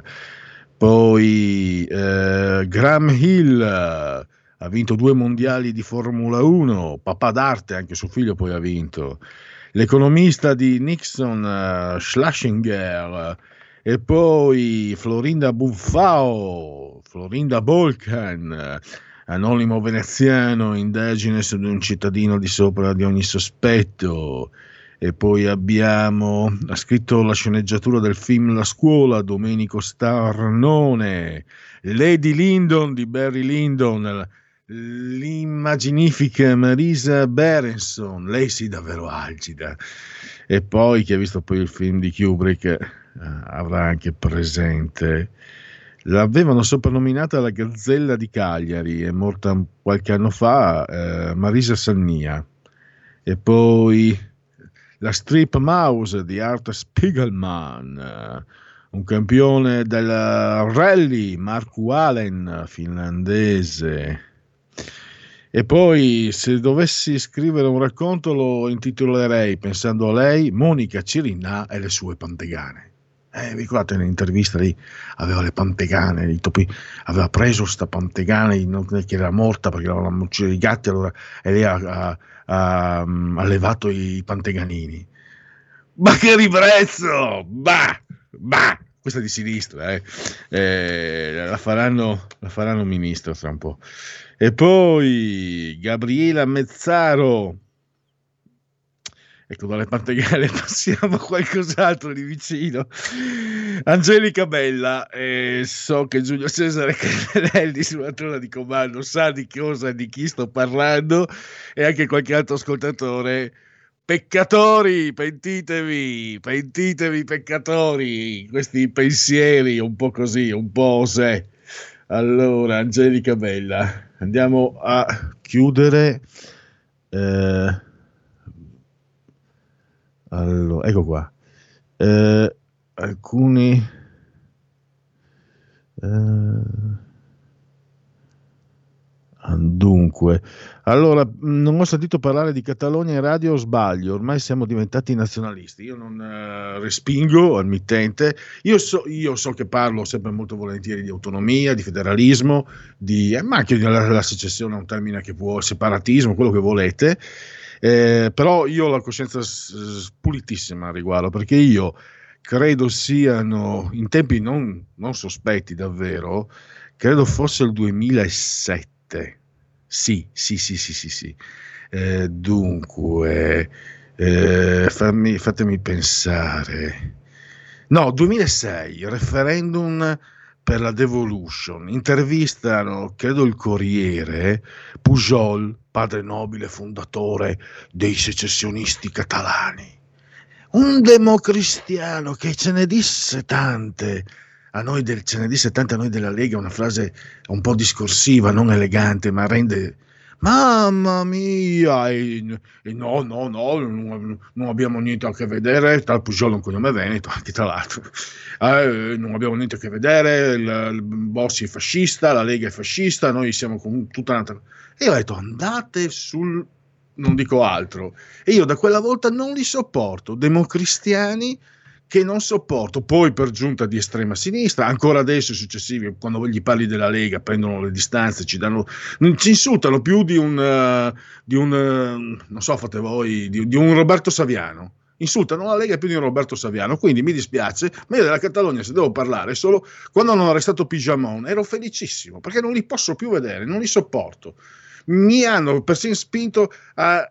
Poi eh, Graham Hill ha vinto due mondiali di Formula uno, papà d'arte, anche suo figlio poi ha vinto. L'economista di Nixon, uh, Schlesinger, e poi Florinda Buffao, Florinda Bolkan, anonimo veneziano, indagine su un cittadino di sopra di ogni sospetto. E poi abbiamo, ha scritto la sceneggiatura del film La scuola, Domenico Starnone. Lady Lyndon di Barry Lyndon, l'immaginifica Marisa Berenson, lei sì davvero algida. E poi chi ha visto poi il film di Kubrick eh, avrà anche presente, l'avevano soprannominata la Gazzella di Cagliari, è morta qualche anno fa, eh, Marisa Sannia. E poi la Strip Mouse di Art Spiegelman, eh, un campione del rally, Marco Allen, finlandese. E poi, se dovessi scrivere un racconto, lo intitolerei, pensando a lei, Monica Cirinà e le sue pantegane. Eh, vi ricordate nell'intervista lì, aveva le pantegane, i topi, aveva preso sta pantegana che era morta perché avevano ucciso i gatti, allora, e lei ha, ha, ha allevato i panteganini. Ma che ribrezzo! Bah! Bah! Questa è di sinistra, eh. Eh, la faranno, la faranno ministro tra un po'. E poi Gabriela Mezzaro. Ecco, dalle pantegane passiamo a qualcos'altro di vicino. Angelica Bella, eh, so che Giulio Cesare Carnelli sulla trona di comando sa di cosa e di chi sto parlando, e anche qualche altro ascoltatore. Peccatori, pentitevi, pentitevi peccatori, questi pensieri un po' così, un po' se. Allora, Angelica Bella, andiamo a chiudere. Eh, allora, ecco qua. Eh, alcuni... Eh, Dunque, allora, non ho sentito parlare di Catalogna in radio, o sbaglio? Ormai siamo diventati nazionalisti. Io non eh, respingo al mittente. Io so, io so che parlo sempre molto volentieri di autonomia, di federalismo, di, eh, ma anche della la secessione è un termine che può, separatismo, quello che volete. Eh, però io ho la coscienza s- pulitissima al riguardo, perché io credo siano in tempi non, non sospetti davvero, credo fosse il duemilasette. Sì, sì, sì, sì, sì, sì. Eh, dunque, eh, fammi, fatemi pensare. No, duemilasei, referendum per la devolution. Intervistano, credo il Corriere, Pujol, padre nobile fondatore dei secessionisti catalani. Un democristiano che ce ne disse tante. A noi del, ce ne disse tante a noi della Lega, una frase un po' discorsiva, non elegante, ma rende, mamma mia, e, e no, no, no, non, non abbiamo niente a che vedere, tal Pujol è un cognome veneto, anche tra l'altro, eh, non abbiamo niente a che vedere, il, il Bossi è fascista, la Lega è fascista, noi siamo con tutta un'altra... E io ho detto, andate sul... non dico altro. E io da quella volta non li sopporto, democristiani, che non sopporto, poi per giunta di estrema sinistra, ancora adesso i successivi, quando gli parli della Lega prendono le distanze, ci danno, ci insultano più di un, uh, di un uh, non so, fate voi, di, di un Roberto Saviano, insultano la Lega più di un Roberto Saviano, quindi mi dispiace, ma io della Catalogna, se devo parlare, solo quando hanno arrestato Pigiamon ero felicissimo, perché non li posso più vedere, non li sopporto, mi hanno persino spinto a,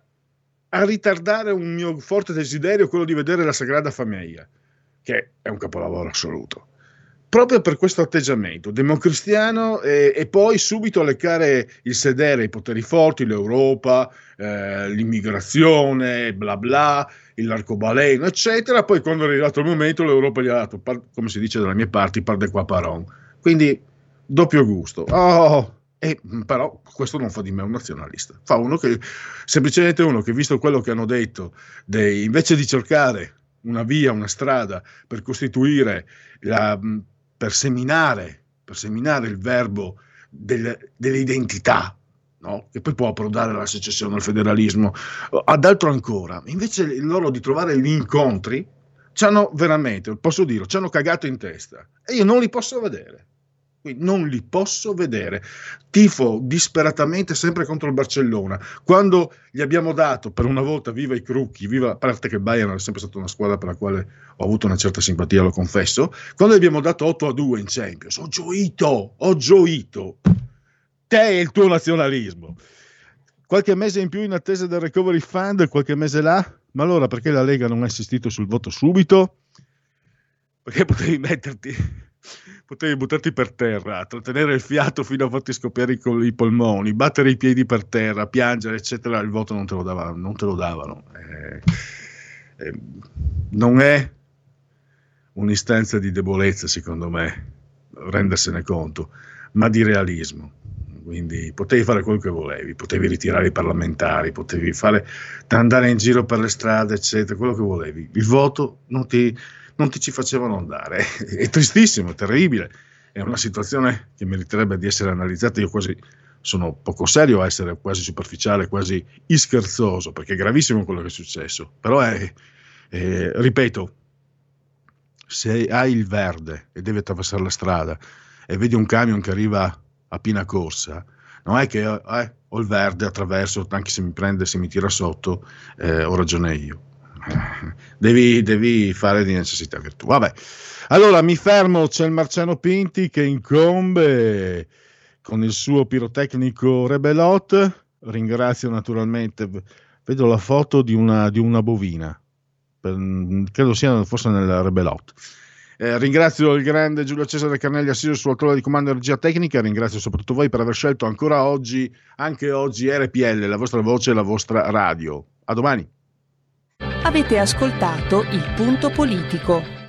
a ritardare un mio forte desiderio, quello di vedere la Sagrada Famiglia, che è un capolavoro assoluto, proprio per questo atteggiamento democristiano, e, e poi subito leccare il sedere ai poteri forti, l'Europa, eh, l'immigrazione, bla bla, l'arcobaleno, eccetera. Poi quando è arrivato il momento l'Europa gli ha dato, par, come si dice dalle mie parti, par de qua paron. Quindi doppio gusto. Oh, e, però questo non fa di me un nazionalista, fa uno che, semplicemente uno che, visto quello che hanno detto, dei, invece di cercare una via, una strada per costituire, la, per seminare, per seminare il verbo del, delle identità, no? Che poi può approdare alla secessione, al federalismo, ad altro ancora. Invece loro di trovare gli incontri, ci hanno veramente, posso dirlo, ci hanno cagato in testa. E io non li posso vedere. Quindi non li posso vedere. Tifo disperatamente sempre contro il Barcellona. Quando gli abbiamo dato per una volta, viva i Crucchi, viva, a parte che il Bayern è sempre stata una squadra per la quale ho avuto una certa simpatia, lo confesso, quando gli abbiamo dato otto a due in Champions, ho gioito, ho gioito. Te e il tuo nazionalismo. Qualche mese in più in attesa del Recovery Fund, qualche mese là, ma allora perché la Lega non ha insistito sul voto subito? Perché potevi metterti... potevi buttarti per terra, trattenere il fiato fino a farti scoppiare i, col- i polmoni, battere i piedi per terra, piangere, eccetera, il voto non te lo davano. Non te lo davano. Eh, eh, non è un'istanza di debolezza, secondo me, rendersene conto, ma di realismo. Quindi potevi fare quello che volevi, potevi ritirare i parlamentari, potevi fare andare in giro per le strade, eccetera, quello che volevi. Il voto non ti, non ti ci facevano andare. È tristissimo, è terribile, è una situazione che meriterebbe di essere analizzata. Io quasi sono poco serio a essere quasi superficiale, quasi scherzoso, perché è gravissimo quello che è successo. Però è, è, ripeto, se hai il verde e devi attraversare la strada e vedi un camion che arriva a piena corsa, non è che eh, ho il verde, attraverso, anche se mi prende, se mi tira sotto, eh, ho ragione io. Devi, devi fare di necessità virtù. Vabbè, allora mi fermo, c'è il Marciano Pinti che incombe con il suo pirotecnico Rebelot. Ringrazio naturalmente, vedo la foto di una, di una bovina, per, credo sia forse nel Rebelot. Eh, ringrazio il grande Giulio Cesare Carnelli assiso sul controllo di comando e regia tecnica. Ringrazio soprattutto voi per aver scelto ancora oggi, anche oggi, R P L, la vostra voce e la vostra radio. A domani. Avete ascoltato Il Punto Politico.